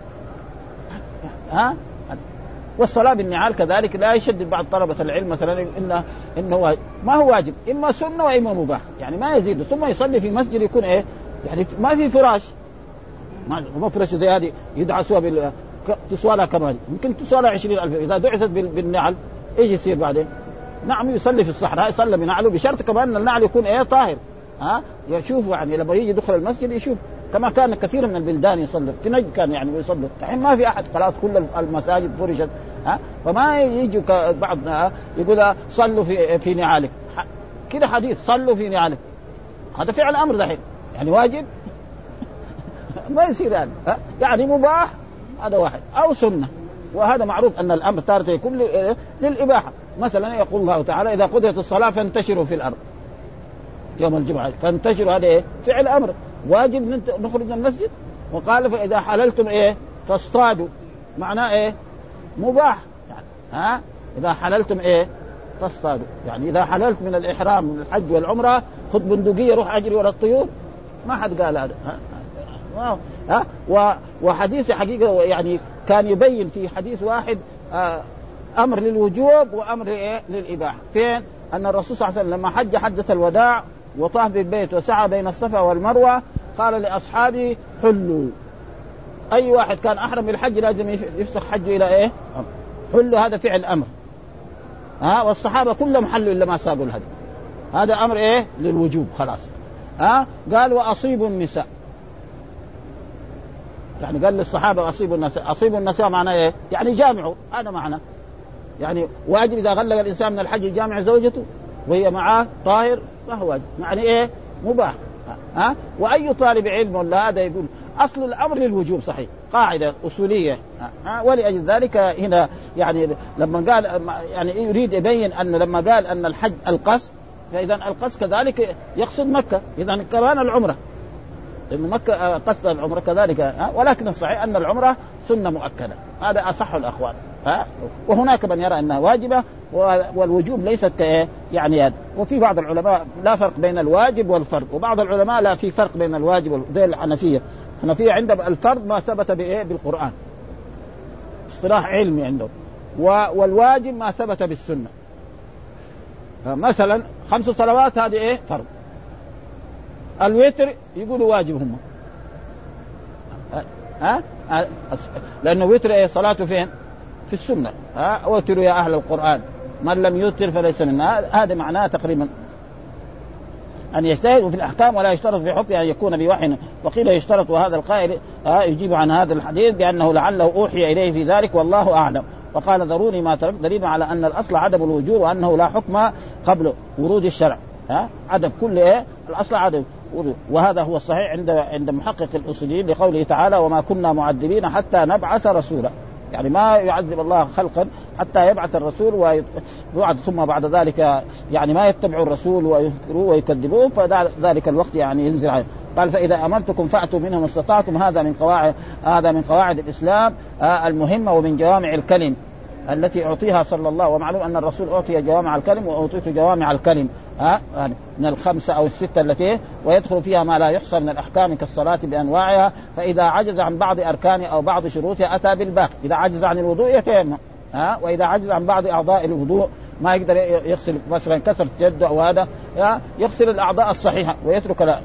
والصلاة بالنعال كذلك لا يشدد بعض طلبة العلم مثلا إنه ما هو واجب، إما سنة وإما مباح، يعني ما يزيد. ثم يصلي في مسجد يكون يعني ما في فراش، مفرش زي هذه يدعسوها تسوى لها كمان، يمكن تسوى لها 20,000. إذا دعست بالنعل إيش يصير بعدين؟ نعم يصلي في الصحراء يصلي بنعله، بشرط كمان أن النعل يكون إيه طاهر. يشوف يعني لما يجي يدخل المسجد يشوف، كما كان كثير من البلدان يصلي في نجد كان يعني يصلي. الحين ما في أحد، خلاص كل المساجد فرشت. فما يجوا بعض يقول صلوا في نعالك كده حديث، صلوا في نعالك، هذا فعل أمر دحين يعني واجب ما يصير يعني مباح، هذا واحد، أو سنة. وهذا معروف أن الأمر تارة يكون للإباحة. مثلا يقول الله تعالى إذا قضيت الصلاة فانتشروا في الأرض يوم الجمعة، فانتشروا هذا إيه؟ فعل أمر واجب نخرج من المسجد. وقال فإذا حللتم إيه فاصطادوا، معناه إيه مباح يعني إذا حللتم إيه فاصطادوا، يعني إذا حللت من الإحرام من الحج والعمرة خذ بندقية روح أجري ولا الطيور، ما حد قال هذا. وحديث حقيقة يعني كان يبين في حديث واحد أمر للوجوب وأمر إيه للإباحة. فين؟ أن الرسول صلى الله عليه وسلم لما حج حجة الوداع وطاف بالبيت وسعى بين الصفا والمروة قال لأصحابه حلوا. أي واحد كان أحرم بالحج لازم يفسخ حجه إلى إيه حلوا، هذا فعل أمر. والصحابة كلهم حلوا إلا ما ساقوا الهدي، هذا أمر إيه للوجوب خلاص. قال وأصيبوا النساء، يعني قال للصحابة أصيبوا النساء. أصيبوا النساء معناه إيه؟ يعني جامعوا، هذا معنى يعني واجب إذا غلق الإنسان من الحج جامع زوجته وهي معاه طاهر فهو واجب، يعني إيه مباح. وأي طالب علم ولا هذا يقول أصل الأمر للوجوب صحيح، قاعدة أصولية. ولأجل ذلك هنا يعني لما قال يعني يريد يبين أن لما قال أن الحج القصد، فإذا القصد كذلك يقصد مكة، إذا كمان العمرة، لأن مكة قصد العمرة كذلك. ولكن الصحيح أن العمرة سنة مؤكدة، هذا أصح الأقوال. وهناك من يرى أنها واجبة والوجوب ليست يعني هذا. وفي بعض العلماء لا فرق بين الواجب والفرض، وبعض العلماء لا في فرق بين الواجب زي الحنفية. الحنفية عندهم الفرض ما ثبت بالقرآن، اصطلاح علمي عندهم، والواجب ما ثبت بالسنة. مثلا 5 صلوات هذه فرض، الوتر يقولوا واجب هم. لأنه وتر صلاته فين؟ في السنة. وتروا يا أهل القرآن من لم يوتر فليس منا. هذا معناه تقريبا أن يجتهد في الأحكام ولا يشترط في حكم أن يكون بوحي. وقيل يشترط، وهذا القائل يجيب عن هذا الحديث بأنه لعله أوحي إليه في ذلك والله أعلم. وقال ذروني ما ترك، دليل على أن الأصل عدم الوجوب وأنه لا حكم قبل ورود الشرع. عدم كل الأصل عدم. وهذا هو الصحيح عند محقق الأصوليين لقوله تعالى وما كنا معذبين حتى نبعث رسولا، يعني ما يعذب الله خلقا حتى يبعث الرسول ويبعث، ثم بعد ذلك يعني ما يتبعوا الرسول وينكروه ويكذبوه، فذلك الوقت يعني ينزل عليه. قال فإذا أمرتكم فأتوا منهم ما استطعتم. هذا من قواعد الإسلام المهمة ومن جوامع الكلم التي أعطيها صلى الله. ومعلوم أن الرسول أعطي جوامع الكلم وأعطيت جوامع الكلم يعني من 5 أو 6 التي ويدخل فيها ما لا يحصى من الأحكام كالصلاة بأنواعها. فإذا عجز عن بعض أركانه أو بعض شروطه أتى بالباقي. إذا عجز عن الوضوء يتيمم، وإذا عجز عن بعض أعضاء الوضوء ما يقدر يغسل، مثلا كسرت يده أو هذا يغسل الأعضاء الصحيحة ويترك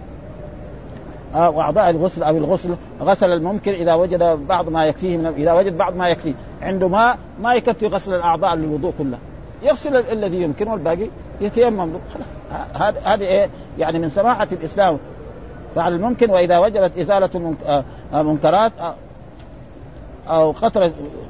وأعضاء الغسل أو الغسل غسل الممكن إذا وجد بعض ما يكفيه إذا وجد بعض ما يكفيه عنده ما يكفي غسل الأعضاء للوضوء كلها، يغسل الذي يمكن والباقي يتيمم له خلاص. هذه يعني من سماحة الإسلام فعل الممكن. وإذا وجدت إزالة منكرات أو قطرة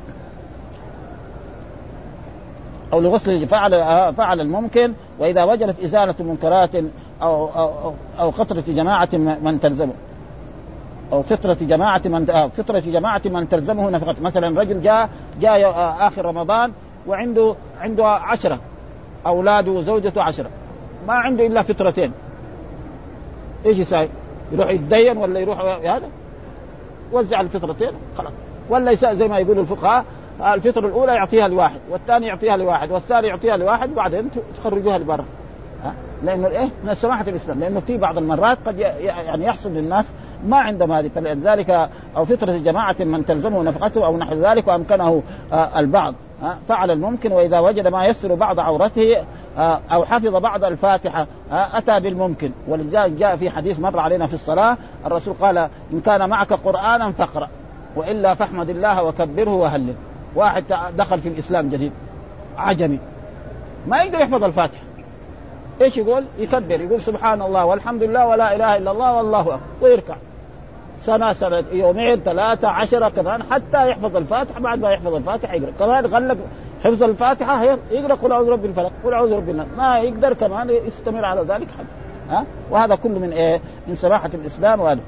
أو لغسل فعل الممكن. وإذا وجدت إزالة منكرات أو قطرة جماعة من تلزمه أو فطرة جماعة من تلزمه نفقة. مثلا رجل جاء آخر رمضان وعنده 10 أولاده وزوجته 10، ما عنده إلا فطرتين، إيش يساوي؟ يروح يتدين ولا يروح هذا وزع الفطرتين خلاص، ولا زي ما يقول الفقهاء الفطر الأولى يعطيها لواحد والثاني يعطيها لواحد والثالث يعطيها لواحد وبعدين تخرجوها لبرا. لأنه من سماحة الإسلام، لأنه في بعض المرات قد يعني يحصل للناس ما عندهم هذه، فلذلك أو فطرة جماعة من تلزمه نفقته أو نحو ذلك وأمكنه البعض فعل الممكن. وإذا وجد ما يسر بعض عورته أو حفظ بعض الفاتحة أتى بالممكن. ولذلك جاء في حديث مر علينا في الصلاة الرسول قال إن كان معك قرآنا فاقرأ، وإلا فاحمد الله وكبره وهلل. واحد دخل في الإسلام جديد عجمي ما يقدر يحفظ الفاتحة، إيش يقول؟ يكبر، يقول سبحان الله والحمد لله ولا إله إلا الله والله أكبر، ويركع سنة يومين 3 10 كمان حتى يحفظ الفاتحة. بعد ما يحفظ الفاتحة يقرأ كمان، غلق حفظ الفاتحة يقرأ قل أعوذ برب الفلق قل أعوذ برب الناس، ما يقدر كمان يستمر على ذلك حد. وهذا كله من إيه؟ من سماحة الإسلام. وهذا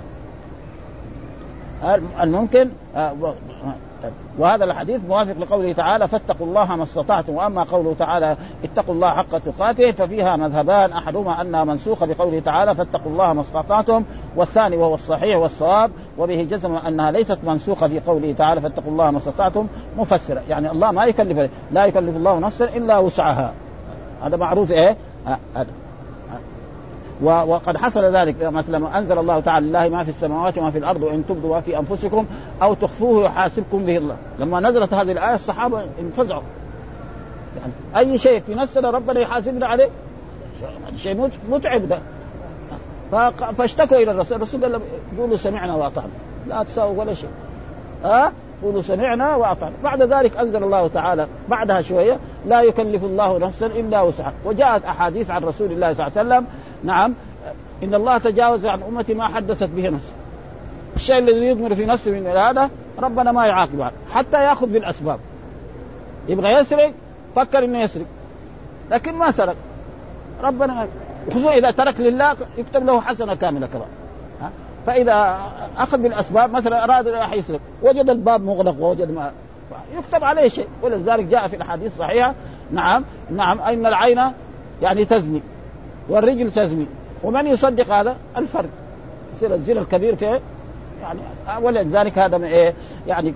الممكن. وهذا الحديث موافق لقوله تعالى فاتقوا الله ما استطعتم. وأما قوله تعالى اتقوا الله حق تقاته ففيها مذهبان، أحدهما أنها منسوخة بقوله تعالى فاتقوا الله ما استطعتم، والثاني وهو الصحيح والصواب وبه جزم أنها ليست منسوخة في قوله تعالى فاتقوا الله ما استطعتم مفسرة، يعني الله ما يكلف، لا يكلف الله نفسا إلا وسعها، هذا معروف إيه هذا. وقد حصل ذلك مثلا أنزل الله تعالى لله ما في السماوات وما في الأرض وإن تبدوا ما في أنفسكم أو تخفوه يحاسبكم به الله. لما نزلت هذه الآية الصحابة انفزعوا، يعني أي شيء في نفسنا ربنا يحاسبنا عليه، شيء متعب ده. فاشتكوا إلى الرسول قال قولوا سمعنا وأطعنا لا تساووا ولا شيء، قولوا سمعنا وأطعنا. بعد ذلك أنزل الله تعالى بعدها شوية لا يكلف الله نفسا إلا وسعها. وجاءت أحاديث عن رسول الله صلى الله عليه وسلم نعم إن الله تجاوز عن أمتي ما حدثت به نفسه. الشيء الذي يضمر في نفسه من هذا ربنا ما يعاقبه حتى يأخذ بالأسباب. يبغى يسرق فكر إنه يسرق لكن ما سرق، ربنا خصوصا إذا ترك لله يكتب له حسنة كاملة كمان. فإذا أخذ بالأسباب مثلا أراد راح يسرق وجد الباب مغلق ووجد ما يكتب عليه شيء. ولذلك جاء في الحديث الصحيحة نعم أن العين يعني تزني والرجل تزني، ومن يصدق هذا الفرد يصير الزنا الكبير فيه يعني. ولذلك هذا إيه يعني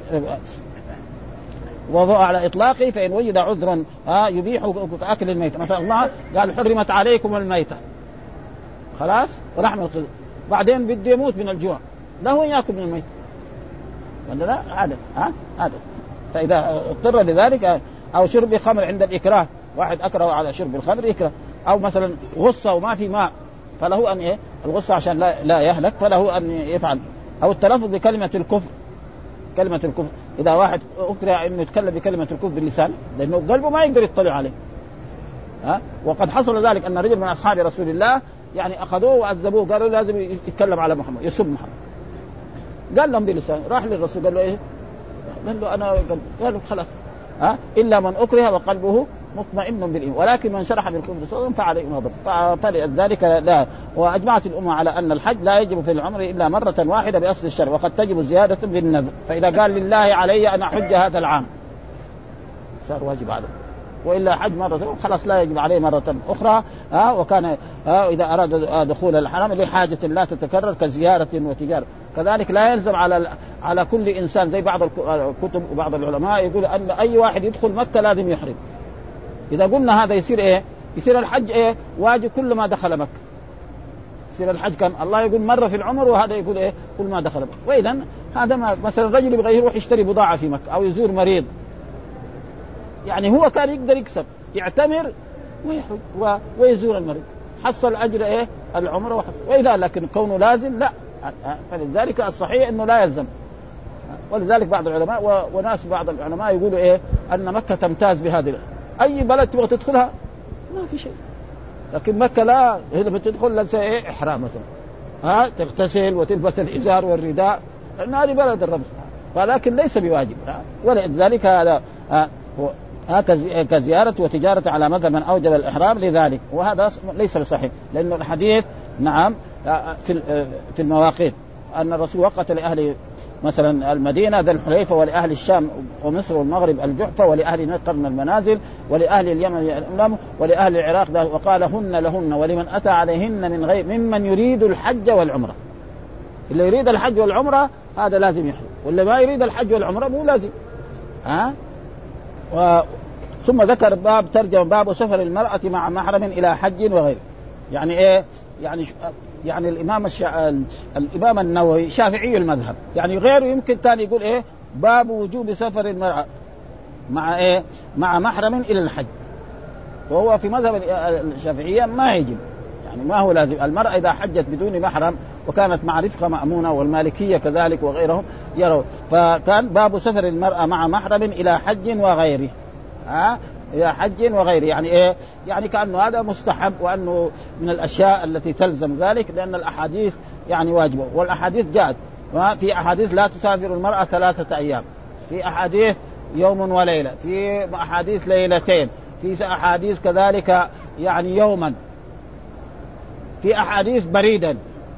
وضوء على إطلاقه فإن وجد عذرا يبيح أكل الميتة. مثلا الله قال حرمت عليكم الميتة خلاص ولحم الخنزير، بعدين بده يموت من الجوع له يأكل من الميتة ولا لا؟ هذا فإذا اضطر لذلك أو شرب خمر عند الإكراه، واحد أكره على شرب الخمر يكره، أو مثلا غصة وما في ماء فله أن إيه الغصة عشان لا يهلك فله أن يفعل، أو التلفظ بكلمة الكفر. كلمة الكفر إذا واحد أكره إنه يتكلم بكلمة الكفر باللسان لأنه قلبه ما يقدر يطلع عليه. وقد حصل ذلك أن رجل من أصحاب رسول الله يعني أخذوه وعذبوه قالوا لازم يتكلم على محمد يسب محمد، قال لهم بلسان راح للرسول قال له إيه؟ قال له أنا قالوا خلاص إلا من أكره وقلبه مطمئن بالإيمان ولكن من شرح بالكفر صدرا فعليه غضب. فلذلك لا. وأجمعت الأمة على أن الحج لا يجب في العمر إلا مرة واحدة بأصل الشرع، وقد تجب زيادة بالنذر. فإذا قال لله علي أن أحج هذا العام صار واجب عليه، وإلا حج مرة خلاص لا يجب عليه مرة أخرى. وكان إذا أراد دخول الحرم لحاجة لا تتكرر كزيارة وتجارة. كذلك لا يلزم على كل إنسان زي بعض الكتب وبعض العلماء يقول أن أي واحد يدخل مكة لازم يحرم. إذا قلنا هذا يصير إيه؟ يصير الحج إيه؟ واجب كل ما دخل مكة. يصير الحج كم؟ الله يقول مرة في العمر وهذا يقول إيه؟ كل ما دخل مكة. وإذا هذا مثلا رجل يبغى يروح يشتري بضاعة في مكة أو يزور مريض، يعني هو كان يقدر يكسب يعتمر ويحج ويزور المريض حصل أجر إيه؟ العمر وحصل. وإذا لكن كونه لازم لا، فلذلك الصحيح إنه لا يلزم. ولذلك بعض العلماء وناس بعض العلماء يقولوا إيه؟ أن مكة تمتاز بهذه. أي بلد تبغى تدخلها ما في شيء، لكن مكة لا، هنا بتدخل لنسى إيه؟ إحرام مثلا تغتسل وتلبس الإزار والرداء لأن هذه بلد الرمز، ولكن ليس بواجب. ولذلك هذا كزيارة وتجارة على مذهب من أوجب الإحرام لذلك، وهذا ليس بصحيح لأنه الحديث نعم في المواقيت أن الرسول وقت لأهل مثلا المدينة ذا الحليفة ولأهل الشام ومصر والمغرب الجحفة ولأهل قرن المنازل ولأهل اليمن الأملام ولأهل العراق، وقال هن لهن ولمن أتى عليهن من غير ممن يريد الحج والعمرة. اللي يريد الحج والعمرة هذا لازم يحرم، واللي ما يريد الحج والعمرة مو لازم. ثم ذكر باب ترجم باب سفر المرأة مع محرم إلى حج وغيره. يعني إيه؟ يعني الإمام النووي شافعي المذهب، يعني غيره يمكن كان يقول إيه؟ باب وجوب سفر المرأة مع إيه؟ مع محرم إلى الحج، وهو في مذهب الشافعية ما يجب، يعني ما هو لازم. المرأة إذا حجت بدون محرم وكانت مع رفقة مأمونة والمالكية كذلك وغيرهم يروا. فكان باب سفر المرأة مع محرم إلى حج وغيره، إلى حج وغيره، يعني إيه؟ يعني كأنه هذا مستحب، وأنه من الأشياء التي تلزم ذلك، لأن الأحاديث يعني واجبة، والأحاديث جاءت في أحاديث لا تسافر المرأة 3 أيام، في أحاديث يوم وليلة، في أحاديث ليلتين، في أحاديث كذلك يعني يوما، في أحاديث بريدا،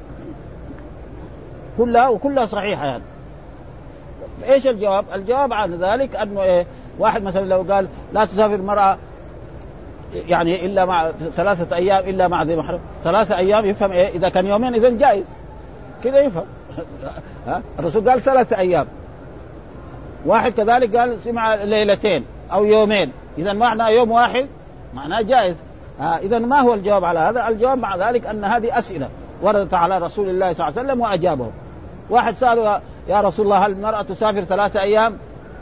كلها صحيحة يعني. إيش الجواب؟ الجواب عن ذلك أنه إيه؟ واحد مثلا لو قال لا تسافر المرأة يعني إلا مع 3 أيام إلا مع ذي محرم، 3 أيام يفهم إيه؟ إذا كان يومين إذن جائز كده يفهم. الرسول قال 3 أيام، واحد كذلك قال سمع ليلتين أو يومين، إذا معنى يوم واحد معناه جائز. إذا ما هو الجواب على هذا؟ الجواب مع ذلك أن هذه أسئلة وردت على رسول الله صلى الله عليه وسلم وأجابه. واحد سأله يا رسول الله هل المرأة تسافر 3 أيام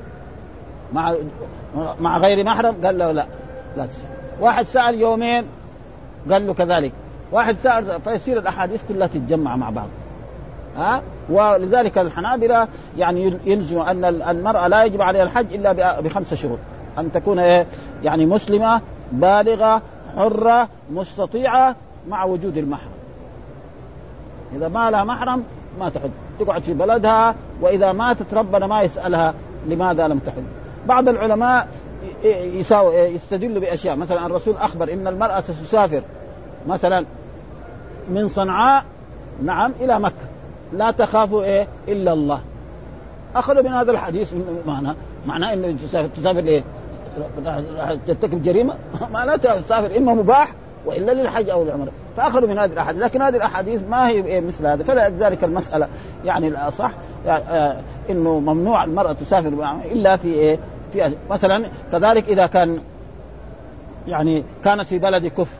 مع غير محرم؟ قال له لا تسافر. واحد سأل يومين قال له كذلك. واحد سأل، فيصير الأحاديث كلها تتجمع مع بعض. ولذلك الحنابلة يعني يلزم أن المرأة لا يجب عليها الحج إلا ب5 شروط: أن تكون يعني مسلمة بالغة حرة مستطيعة مع وجود المحرم. إذا ما لها محرم ما تحج، تقعد في بلدها، وإذا ماتت ربنا ما يسألها لماذا لم تحج. بعض العلماء يستدل بأشياء، مثلا الرسول أخبر إن المرأة ستسافر مثلا من صنعاء إلى مكة لا تخافوا إلا الله. أخذوا من هذا الحديث معناه إنه تسافر ليه؟ ترتكب جريمة؟ معناته تسافر إما مباح وإلا للحج أو العمرة. فأخذوا من هذه الأحاديث، لكن هذه الأحاديث ما هي مثل هذا. فلذلك المسألة يعني الأصح إنه ممنوع المرأة تسافر إلا في مثلا كذلك إذا كان يعني كانت في بلد كفر،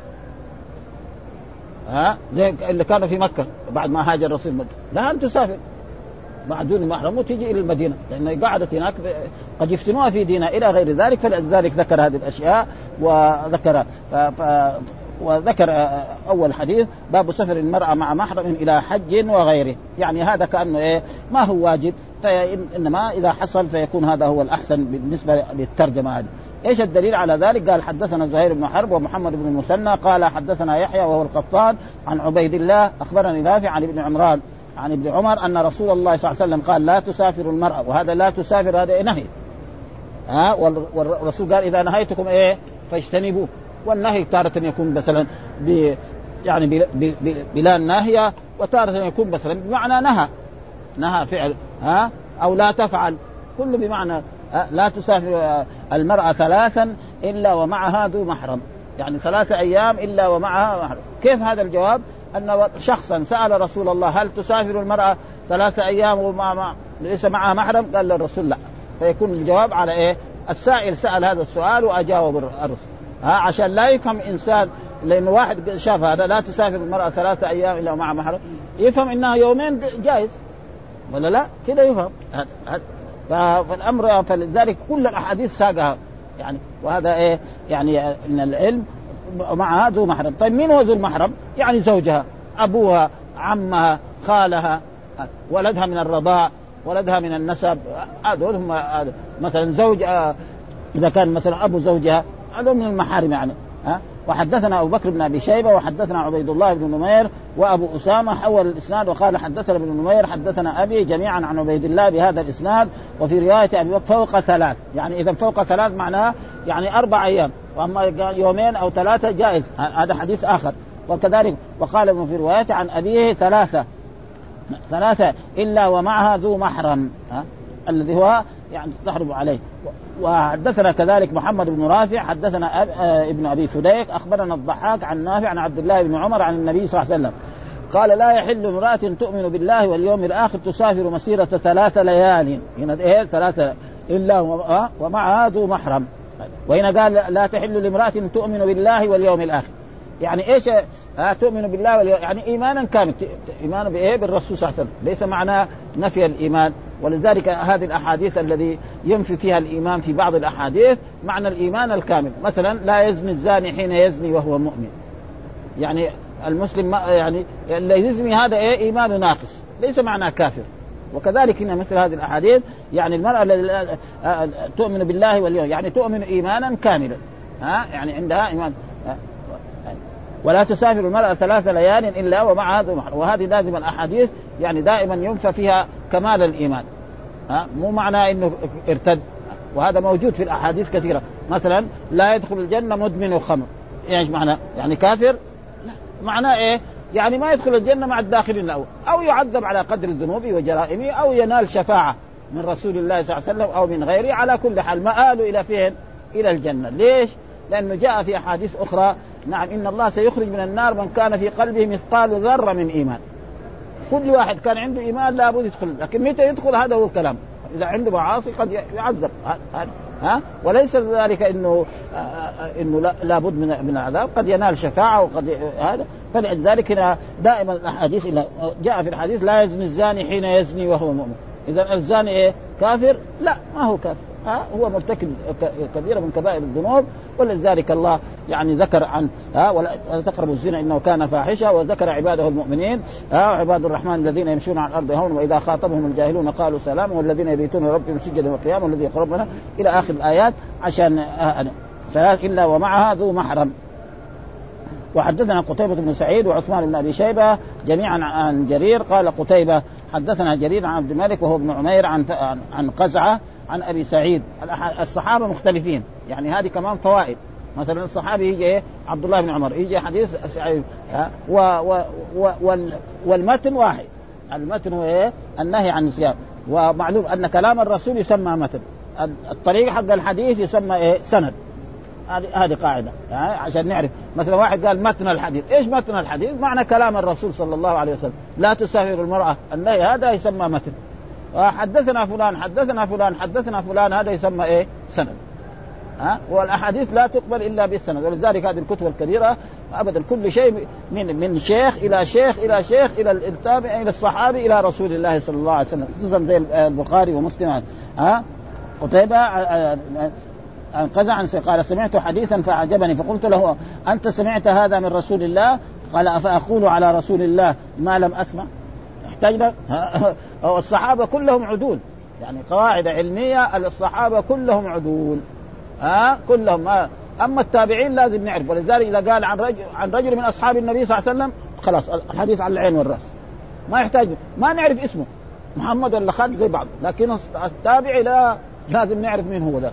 زي اللي كانوا في مكة بعد ما هاجر الرسول مكة، لا أن تسافر مع دون محرم وتيجي إلى المدينة، لأن قعدت هناك قد يفتنوها في دينها إلى غير ذلك. فلذلك ذكر هذه الأشياء وذكر أول حديث باب سفر المرأة مع محرم إلى حج وغيره، يعني هذا كأنه ما هو واجب، فإنما إذا حصل فيكون هذا هو الأحسن بالنسبة للترجمة هذه. إيش الدليل على ذلك؟ قال حدثنا زهير بن حرب ومحمد بن المثنى قال حدثنا يحيى وهو القطان عن عبيد الله أخبرني نافع عن ابن عمران عن ابن عمر أن رسول الله صلى الله عليه وسلم قال لا تسافر المرأة، وهذا لا تسافر هذا نهي، والرسول قال إذا نهيتكم فاجتنبوه. والنهي تارة يكون مثلا يعني بلا ناهية، وتارة يكون مثلا بمعنى نهى فعل أو لا تفعل، كله بمعنى لا تسافر المرأة 3 إلا ومعها ذو محرم، يعني 3 أيام إلا ومعها محرم. كيف هذا الجواب؟ أن شخصا سأل رسول الله هل تسافر المرأة 3 أيام ليس معها محرم؟ قال للرسول لا. فيكون الجواب على السائل سأل هذا السؤال وأجاوب الرسول، عشان لا يفهم إنسان، لأن واحد شاف هذا لا تسافر المرأة 3 أيام إلا مع محرم، يفهم إنها يومين جائز ولا لا، كده يفهم. فالأمر فلذلك كل الأحاديث ساقها يعني. وهذا يعني إن العلم معها ذو محرم. طيب مين هو ذو المحرم؟ يعني زوجها، أبوها، عمها، خالها، ولدها من الرضاع، ولدها من النسب، هذول هم مثلا زوج إذا كان مثلا أبو زوجها، هذول من المحارم يعني. وحدثنا أبو بكر بن أبي شيبة وحدثنا عبيد الله بن نمير وأبو أسامة حول الإسناد وقال حدثنا ابن نمير حدثنا أبي جميعا عن عبيد الله بهذا الإسناد. وفي رواية أبي بكر فوق 3، يعني إذا فوق 3 معناه يعني 4 أيام، وأما يومين أو 3 جائز، هذا حديث آخر. وكذلك وقال ابن في رواية عن أبيه 3 إلا ومعها ذو محرم، الذي هو يعني تحرم عليه. وحدثنا كذلك محمد بن رافع حدثنا ابن أبي فديك أخبرنا الضحاك عن نافع عن عبد الله بن عمر عن النبي صلى الله عليه وسلم قال لا يحل امرأة تؤمن بالله واليوم الآخر تسافر مسيرة 3 ليال، هنا 3 إلا ومعها ذو محرم. وهنا قال لا تحل لامرأة تؤمن بالله واليوم الآخر، يعني إيش تؤمن بالله واليوم؟ يعني إيمانا كامل، إيمان بالرسول صلى الله عليه وسلم، ليس معناه نفي الإيمان. ولذلك هذه الأحاديث الذي ينفي فيها الإيمان في بعض الأحاديث معنى الإيمان الكامل. مثلا لا يزني الزاني حين يزني وهو مؤمن، يعني المسلم يعني اللي يزني هذا إيمان ناقص، ليس معناه كافر. وكذلك هنا مثل هذه الأحاديث يعني المرأة التي تؤمن بالله واليوم يعني تؤمن إيمانا كاملا يعني عندها إيمان ولا تسافر المرأة 3 ليال إلا ومعها ذو محرم. وهذه لازم الأحاديث يعني دائما ينفى فيها كمال الإيمان مو معنى إنه ارتد، وهذا موجود في الأحاديث كثيرة. مثلا لا يدخل الجنة مدمن الخمر، يعني معنى يعني كافر؟ لا، معناه إيه؟ يعني ما يدخل الجنة مع الداخلين الأول، أو يعذب على قدر ذنوبه وجرائمه، أو ينال شفاعة من رسول الله صلى الله عليه وسلم أو من غيره. على كل حال مآله إلى فين؟ إلى الجنة. ليش؟ لأنه جاء في أحاديث أخرى نعم إن الله سيخرج من النار من كان في قلبه مثقال ذرة من إيمان. كل واحد كان عنده إيمان لابد يدخل، لكن متى يدخل هذا هو الكلام. إذا عنده معاصي قد يعذب وليس ذلك إنه لابد من العذاب، قد ينال شفاعة وقد هذا. فلذلك هنا دائما الأحاديث جاء في الحديث لا يزني الزاني حين يزني وهو مؤمن. إذا الزاني إيه؟ كافر؟ لا، ما هو كافر، هو مرتكب كبيرة من كبائر الذنوب. ولذلك الله يعني ذكر عن ولا تقربوا الزنا إنه كان فاحشة، وذكر عباده المؤمنين عباد الرحمن الذين يمشون على الأرض هون وإذا خاطبهم الجاهلون قالوا سلام والذين يبيتون ربهم سجدا وقياما والذي يقربنا إلى آخر الآيات عشان ثلاث إلا ومعها ذو محرم. وحدثنا قتيبة بن سعيد وعثمان بن أبي شيبة جميعا عن جرير قال قتيبة حدثنا جرير عن عبد الملك وهو ابن عمير عن قزعة عن أبي سعيد. الصحابة مختلفين، يعني هذه كمان فوائد. مثلا الصحابي يجي عبد الله بن عمر يجي حديث سعيد والمتن واحد. المتن هو إيه؟ النهي عن الصيام. ومعلوم أن كلام الرسول يسمى متن، الطريق حق الحديث يسمى إيه؟ سند. هذه قاعدة عشان نعرف. مثلا واحد قال متن الحديث، إيش متن الحديث؟ معنى كلام الرسول صلى الله عليه وسلم لا تسافر المرأة، النهي هذا يسمى متن. حدثنا فلان حدثنا فلان حدثنا فلان هذا يسمى إيه؟ سند. والأحاديث لا تقبل إلا بالسند. ولذلك هذه الكتب الكبيرة أبدا كل شيء من شيخ إلى شيخ إلى شيخ إلى التابع إلى الصحابي إلى رسول الله صلى الله عليه وسلم، خصوصا زي البخاري ومسلم. قتيبة عن قزع قال سمعت حديثا فأعجبني فقلت له أنت سمعت هذا من رسول الله؟ قال أفأقول على رسول الله ما لم أسمع؟ احتاجنا الصحابة كلهم عدول، يعني قواعد علمية الصحابة كلهم عدول كلهم. أما التابعين لازم نعرف. ولذلك إذا قال عن رجل من أصحاب النبي صلى الله عليه وسلم خلاص الحديث على العين والرأس، ما يحتاج ما نعرف اسمه محمد ولا خالد زي بعض، لكن التابعي لا لازم نعرف مين هو ده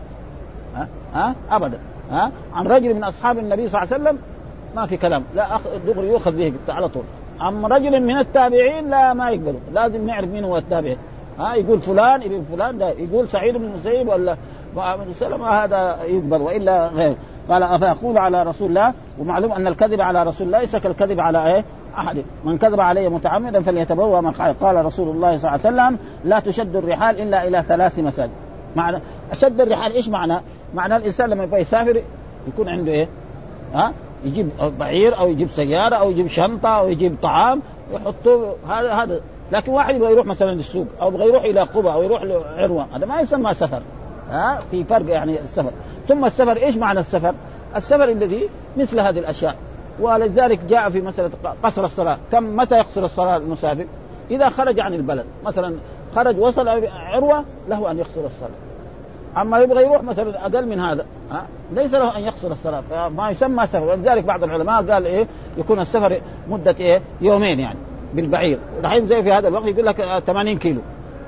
أبدا. عن رجل من أصحاب النبي صلى الله عليه وسلم ما في كلام، لا دغري يؤخذ به على طول. أما رجل من التابعين لا ما يقبله، لازم نعرف مين هو التابعي. يقول فلان ابن فلان ده، يقول سعيد بن المسيب ولا ابن سلمة هذا يقبل وإلا غير. قال أفأقول على رسول الله؟ ومعلوم أن الكذب على رسول الله ليس كالكذب على إيه؟ أحد. من كذب علي متعمدا فليتبوأ مقعده. قال رسول الله صلى الله عليه وسلم لا تشد الرحال إلا إلى 3 مساجد. معنى أشد الرحال إيش معنى؟ معنى الإنسان لما يبغى يسافر يكون عنده إيه؟ يجيب بعير أو يجيب سيارة أو يجيب شنطة أو يجيب طعام يحطه هذا. لكن واحد يبغى يروح مثلا للسوق أو يبغى يروح إلى قبة أو يروح لعروة، هذا ما يسمى سفر. في فرق يعني السفر. ثم السفر إيش معنى السفر؟ السفر الذي مثل هذه الأشياء. ولذلك جاء في مسألة قصر الصلاة. متى يقصر الصلاة المسافر؟ إذا خرج عن البلد، مثلا خرج وصل عروة له أن يقصر الصلاة. أما يبغى يروح مثلا أقل من هذا ليس له أن يقصر الصلاة، فما يسمى سفر. ولذلك بعض العلماء قال إيه يكون السفر مدة إيه؟ يومين يعني بالبعير. الحين زي في هذا الوقت يقول لك 80 كيلو.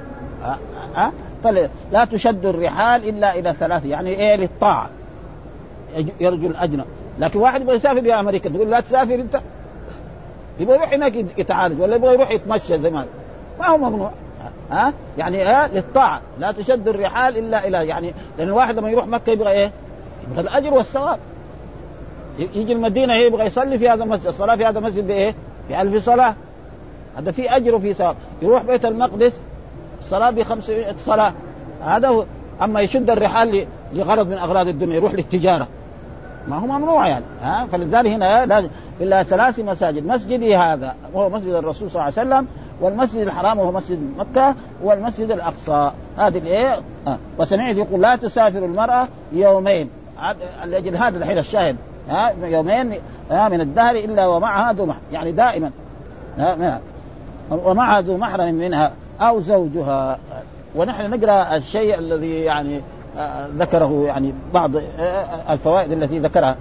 فلا تشد الرحال إلا إلى 3، يعني إيه؟ للطاعة يرجو الأجر. لكن واحد يبغى يسافر إلى أمريكا تقول لا تسافر أنت، يبغى يروح هناك يتعالج ولا يبغى يروح يتمشى زي ما هو ممنوع. يعني للطاعة لا تشد الرحال إلا إلى، يعني لأن الواحد لما يروح مكة يبغى إيه؟ يبغى الأجر والثواب. يجي المدينة يبغى يصلي في هذا المسجد، الصلاة في هذا المسجد بإيه؟ ب1000 صلاة، هذا في أجر وفي ثواب. يروح بيت المقدس الصلاة ب500 صلاة، هذا هو. أما يشد الرحال لغرض من أغراض الدنيا يروح للتجارة ما هو ممنوع يعني. فلذلك هنا لازم إلا 3 مساجد، مسجدي هذا وهو مسجد الرسول صلى الله عليه وسلم، والمسجد الحرام وهو مسجد مكة، والمسجد الأقصى. هذه الإيه؟ وسمعت يقول لا تسافر المرأة يومين، لأجل هذا الحين الشاهد يومين من الدهر إلا ومعها ذو محرم، يعني دائما ومعها ذو محرم منها. أو زوجها. ونحن نقرأ الشيء الذي يعني ذكره يعني بعض الفوائد التي ذكرها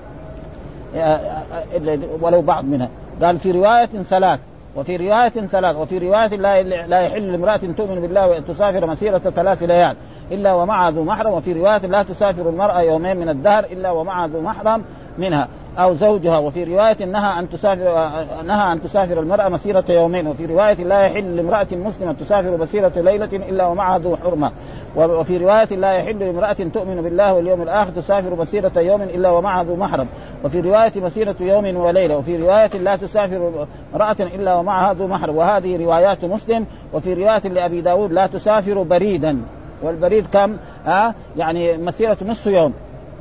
ولو بعض منها. قال في رواية 3 وفي رواية 3 وفي رواية لا يحل لامرأة تؤمن بالله وأن تسافر مسيرة 3 ليال إلا ومعها ذو محرم. وفي رواية لا تسافر المرأة يومين من الدهر إلا ومعها ذو محرم منها أو زوجها. وفي رواية نهى أن تسافر المرأة مسيرة يومين. وفي رواية لا يحل لامرأة مسلمة تسافر مسيرة ليلة إلا ومعها ذو حرمة. وفي رواية لا يحل لامرأة تؤمن بالله واليوم الآخر تسافر مسيرة يوم إلا ومعها ذو محرم. وفي رواية مسيرة يوم وليلة. وفي رواية لا تسافر امرأة إلا ومعها ذو محرم. وهذه روايات مسلم. وفي رواية لأبي داود لا تسافر بريدا. والبريد كم؟ يعني مسيرة نصف يوم.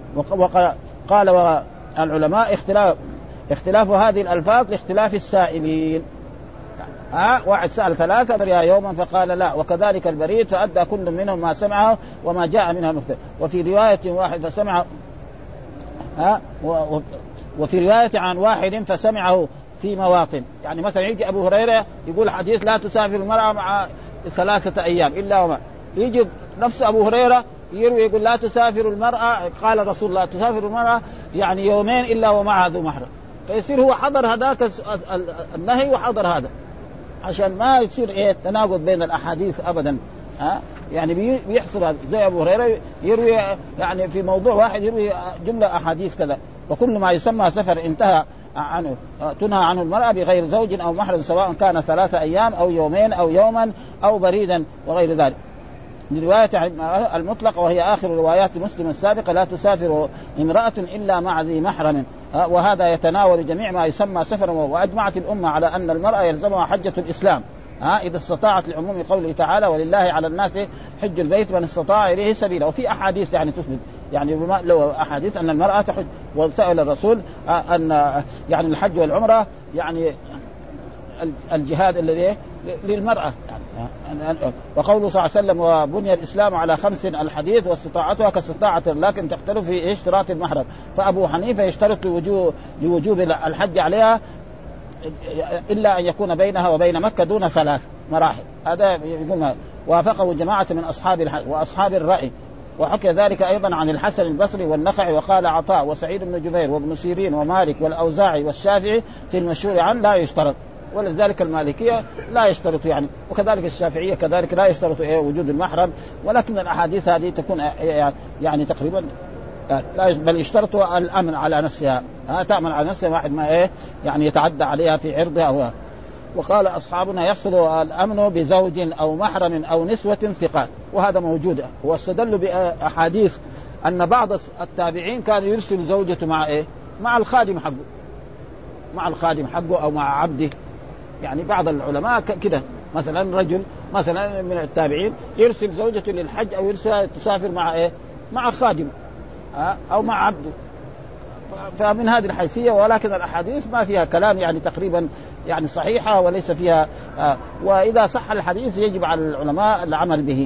قال العلماء اختلاف هذه الألفاظ لاختلاف السائلين. واحد سأل 3 يوما فقال لا، وكذلك البريد فأدى كل منهم ما سمعه وما جاء منها مختلف. وفي رواية واحد فسمع وفي رواية عن واحد فسمعه في مواطن. يعني مثلا يجي أبو هريرة يقول حديث لا تسافر المرأة مع 3 أيام إلا وما، يجي نفس أبو هريرة يروي يقول لا تسافر المرأة، قال رسول الله تسافر المرأة يعني يومين إلا ومعها ذو محرم. فيصير هو حضر هذاك النهي وحضر هذا، عشان ما يصير تناقض بين الأحاديث أبدا. يعني بيحصل زي أبو هريرة يروي يعني في موضوع واحد يروي جملة أحاديث كذا. وكل ما يسمى سفر انتهى عنه تنهى عنه المرأة بغير زوج أو محرم، سواء كان 3 أيام أو يومين أو يوما أو بريدا وغير ذلك. رواية المطلق وهي آخر روايات مسلم السابقة لا تسافر امرأة إلا مع ذي محرم. وهذا يتناول جميع ما يسمى سفرا. وأجمعت الأمة على أن المرأة يلزمها حجة الإسلام إذا استطاعت، لعموم قوله تعالى ولله على الناس حج البيت من استطاع إليه سبيلا. وفي أحاديث يعني تثبت يعني لو أحاديث أن المرأة تحج. وسأل الرسول أن يعني الحج والعمرة يعني الجهاد الذي للمرأة يعني. وقوله صلى الله عليه وسلم وبني الإسلام على 5 الحديث واستطاعتها كاستطاعة، لكن تختلف في اشتراط المحرم. فأبو حنيفة يشترط لوجوب الحج عليها إلا أن يكون بينها وبين مكة دون 3 مراحل. هذا يقول وافقه جماعة من أصحاب الحج وأصحاب الرأي. وحكى ذلك أيضا عن الحسن البصري والنخعي. وقال عطاء وسعيد بن جبير وابن سيرين ومالك والأوزاعي والشافعي في المشهور عن لا يشترط. ولذلك المالكية لا يشترط يعني، وكذلك الشافعية كذلك لا يشترط وجود المحرم. ولكن الأحاديث هذه تكون يعني تقريبا لا، بل يشترطوا الأمن على نفسها. تأمن على نفسها واحد ما يعني يتعدى عليها في عرضها. وقال أصحابنا يحصل الأمن بزوج أو محرم أو نسوة ثقات، وهذا موجود. واستدلوا بأحاديث أن بعض التابعين كان يرسل زوجته مع الخادم حقه، مع الخادم حقه أو مع عبده. يعني بعض العلماء كده، مثلا رجل مثلا من التابعين يرسل زوجته للحج أو يرسل تسافر مع خادم أو مع عبده. فمن هذه الحيثية. ولكن الأحاديث ما فيها كلام يعني تقريبا يعني صحيحة وليس فيها وإذا صح الحديث يجب على العلماء العمل به.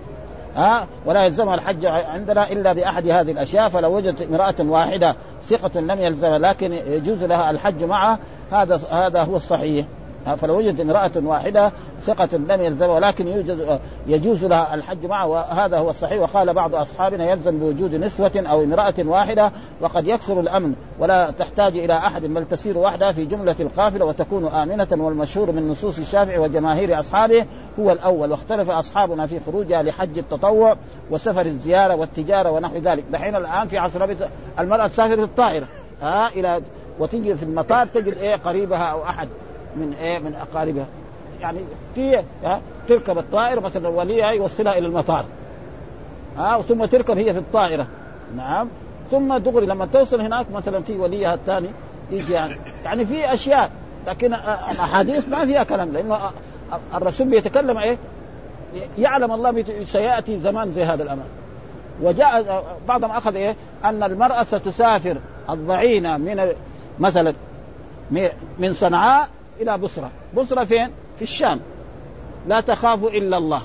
ولا يلزمها الحج عندنا إلا بأحد هذه الأشياء. فلو وجدت امرأة واحدة ثقة لم يلزمها لكن يجوز لها الحج معه، هذا هو الصحيح. فلو وجدت امرأة واحدة ثقة لم يلزمها ولكن يجوز لها الحج معه، وهذا هو الصحيح. وقال بعض أصحابنا يلزم بوجود نسوة أو امرأة واحدة، وقد يكثر الأمن ولا تحتاج إلى أحد بل تسير وحدها في جملة القافلة وتكون آمنة. والمشهور من نصوص الشافعي وجماهير أصحابه هو الأول. واختلف أصحابنا في خروجها لحج التطوع وسفر الزيارة والتجارة ونحو ذلك. دحين الآن في عصر المرأة تسافر في الطائرة إلى وتجي في المطار تجد قريبها أو أحد من أقاربها، يعني في تركب الطائرة مثلا وليها يوصلها إلى المطار ثم تركب هي في الطائرة. نعم. ثم دغري لما توصل هناك مثلا في وليها الثاني يجي يعني في أشياء. لكن الأحاديث ما فيها كلام، لأنه الرسول بيتكلم يعلم الله سيأتي زمان زي هذا الأمر. وجاء بعضهم أخذ أن المرأة ستسافر الضعينة من مثلا من صنعاء إلى بصرة. بصرة فين؟ في الشام. لا تخاف إلا الله.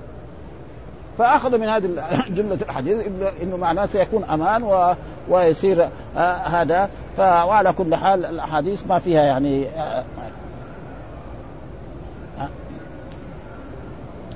فأخذ من هذه جملة الحديث إنه معناه سيكون أمان ويصير هذا. وعلى كل حال الأحاديث ما فيها يعني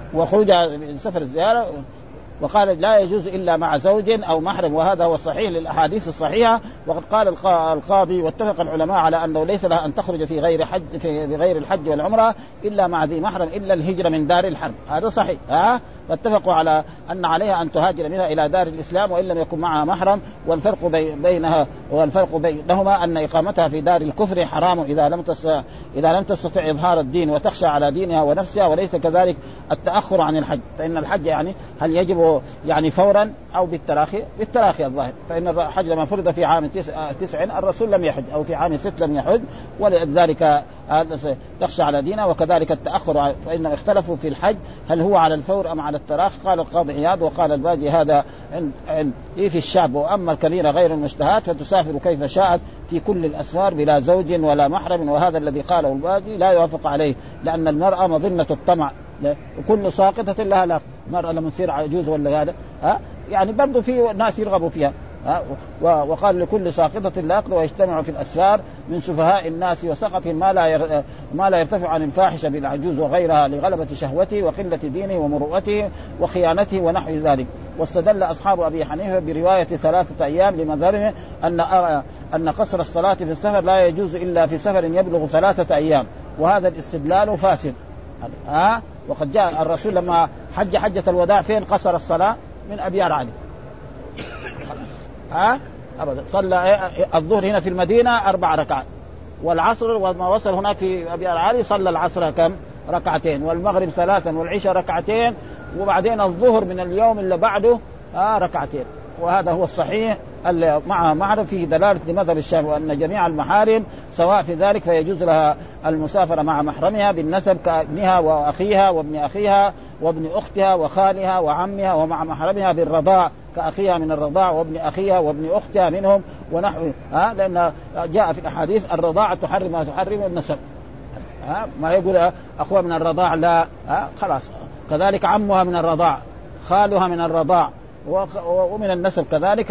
وخروجها من سفر الزيارة. وقال لا يجوز إلا مع زوج أو محرم، وهذا هو الصحيح للأحاديث الصحيحة. وقد قال القاضي واتفق العلماء على أنه ليس لها أن تخرج في غير الحج والعمرة إلا مع ذي محرم إلا الهجرة من دار الحرب، هذا صحيح. فاتفقوا على أن عليها أن تهاجر منها إلى دار الإسلام وإن لم يكن معها محرم. والفرق بينهما أن إقامتها في دار الكفر حرام إذا لم تستطع إظهار الدين وتخشى على دينها ونفسها، وليس كذلك التأخر عن الحج. فإن الحج يعني هل يجب يعني فورا أو بالتراخي الظاهر، فإن الحج لما فرض في عام 9 الرسول لم يحج، أو في عام 6 لم يحج، ولذلك تخشى على دينها. وكذلك التأخر، فإنهم اختلفوا في الحج هل هو على الفور أم على التراخي. قال القاضي عياض وقال الباجي هذا في الشعب، وأما الكبيرة غير المشتهات فتسافر كيف شاءت في كل الأسفار بلا زوج ولا محرم. وهذا الذي قاله الباجي لا يوافق عليه، لأن المرأة مظنة الطمع، وكل ساقطة لها لا. المرأة لما تصير عجوز ولا هذا يعني برضو في ناس يرغبوا فيها. وقال لكل ساقطة لاقل ويجتمع في الأسفار من سفهاء الناس وسقط ما لا يرتفع عن الفاحشة بالعجوز وغيرها لغلبة شهوته وقلة دينه ومروءته وخيانته ونحو ذلك. واستدل أصحاب أبي حنيفة برواية 3 أيام لمذهبهم أن قصر الصلاة في السفر لا يجوز إلا في سفر يبلغ 3 أيام، وهذا الاستدلال فاسد. وقد جاء الرسول لما حجة الوداع فين قصر الصلاة؟ من أبيار علي. أبدا صلى الظهر هنا في المدينة 4 ركعات، والعصر وما وصل هناك في أبيار علي صلى العصر كم؟ 2 والمغرب 3 والعشاء 2 وبعدين الظهر من اليوم اللي بعده 2. وهذا هو الصحيح مع معرفة فيه دلالة لمذهب الشافعي أن جميع المحارم سواء في ذلك، فيجوز لها المسافرة مع محرمها بالنسب كابنها وأخيها وابن أخيها وابن أختها وخالها وعمها، ومع محرمها بالرضاع كأخيها من الرضاع وابن أخيها وابن أختها منهم ونحوه. لأن جاء في الأحاديث الرضاعة تحرم ما تحرم النسب. ما يقول أخوها من الرضاع لا، خلاص. كذلك عمها من الرضاع، خالها من الرضاع، ومن النسب كذلك.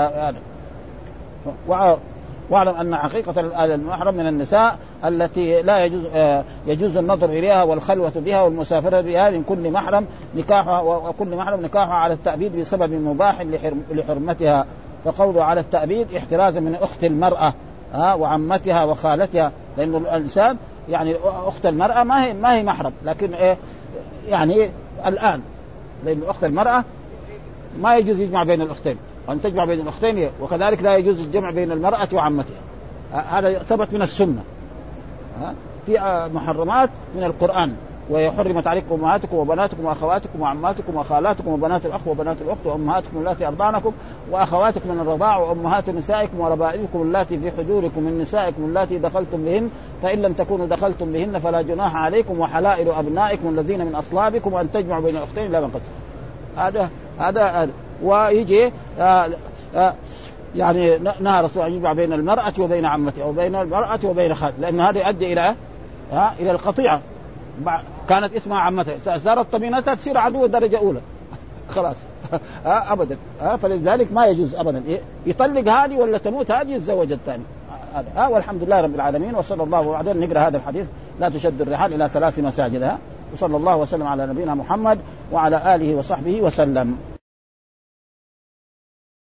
واعلم أن حقيقة المحرم من النساء التي لا يجوز النظر إليها والخلوة بها والمسافرة بها من كل محرم نكاحها، وكل محرم نكاحها على التأبيد بسبب مباح لحرمتها. فقوله على التأبيد احترازا من أخت المرأة وعمتها وخالتها، لأن الإنسان يعني أخت المرأة ما هي محرم، لكن يعني الآن لأن أخت المرأة ما يجوز يجمع بين الأختين، أن تجمع بين الأختين، وكذلك لا يجوز الجمع بين المرأة وعمتها. هذا ثبت من السنة. في محرمات من القرآن، ويحرمت عليكم أمهاتكم وبناتكم وأخواتكم وعماتكم وخالاتكم وبنات الأخ وبنات الأخت وأمهاتكم اللاتي أرضعنكم وأخواتكم من الرضاع وأمهات نسائكم وربائبكم اللاتي في حجوركم من نسائكم اللاتي دخلتم بهن، فإن لم تكونوا دخلتم بهن فلا جناح عليكم، وحلائل أبنائكم الذين من أصلابكم وأن تجمعوا بين الأختين لا من قصر. هذا ويجي يعني نهى الرسول أن يجمع بين المرأة وبين عمتها أو بين المرأة وبين خالتها، لأن هذا يؤدي إلى القطيعة. كانت اسمها عمتها صارت طمينتها تصير عدو درجة أولى خلاص. أبدا. فلذلك ما يجوز أبدا يطلق هذه ولا تموت هذه يتزوج الثاني. والحمد لله رب العالمين. وصلى الله وبعدين نقرأ هذا الحديث لا تشد الرحال إلى 3 مساجد. وصلى الله وسلم على نبينا محمد وعلى آله وصحبه وسلم.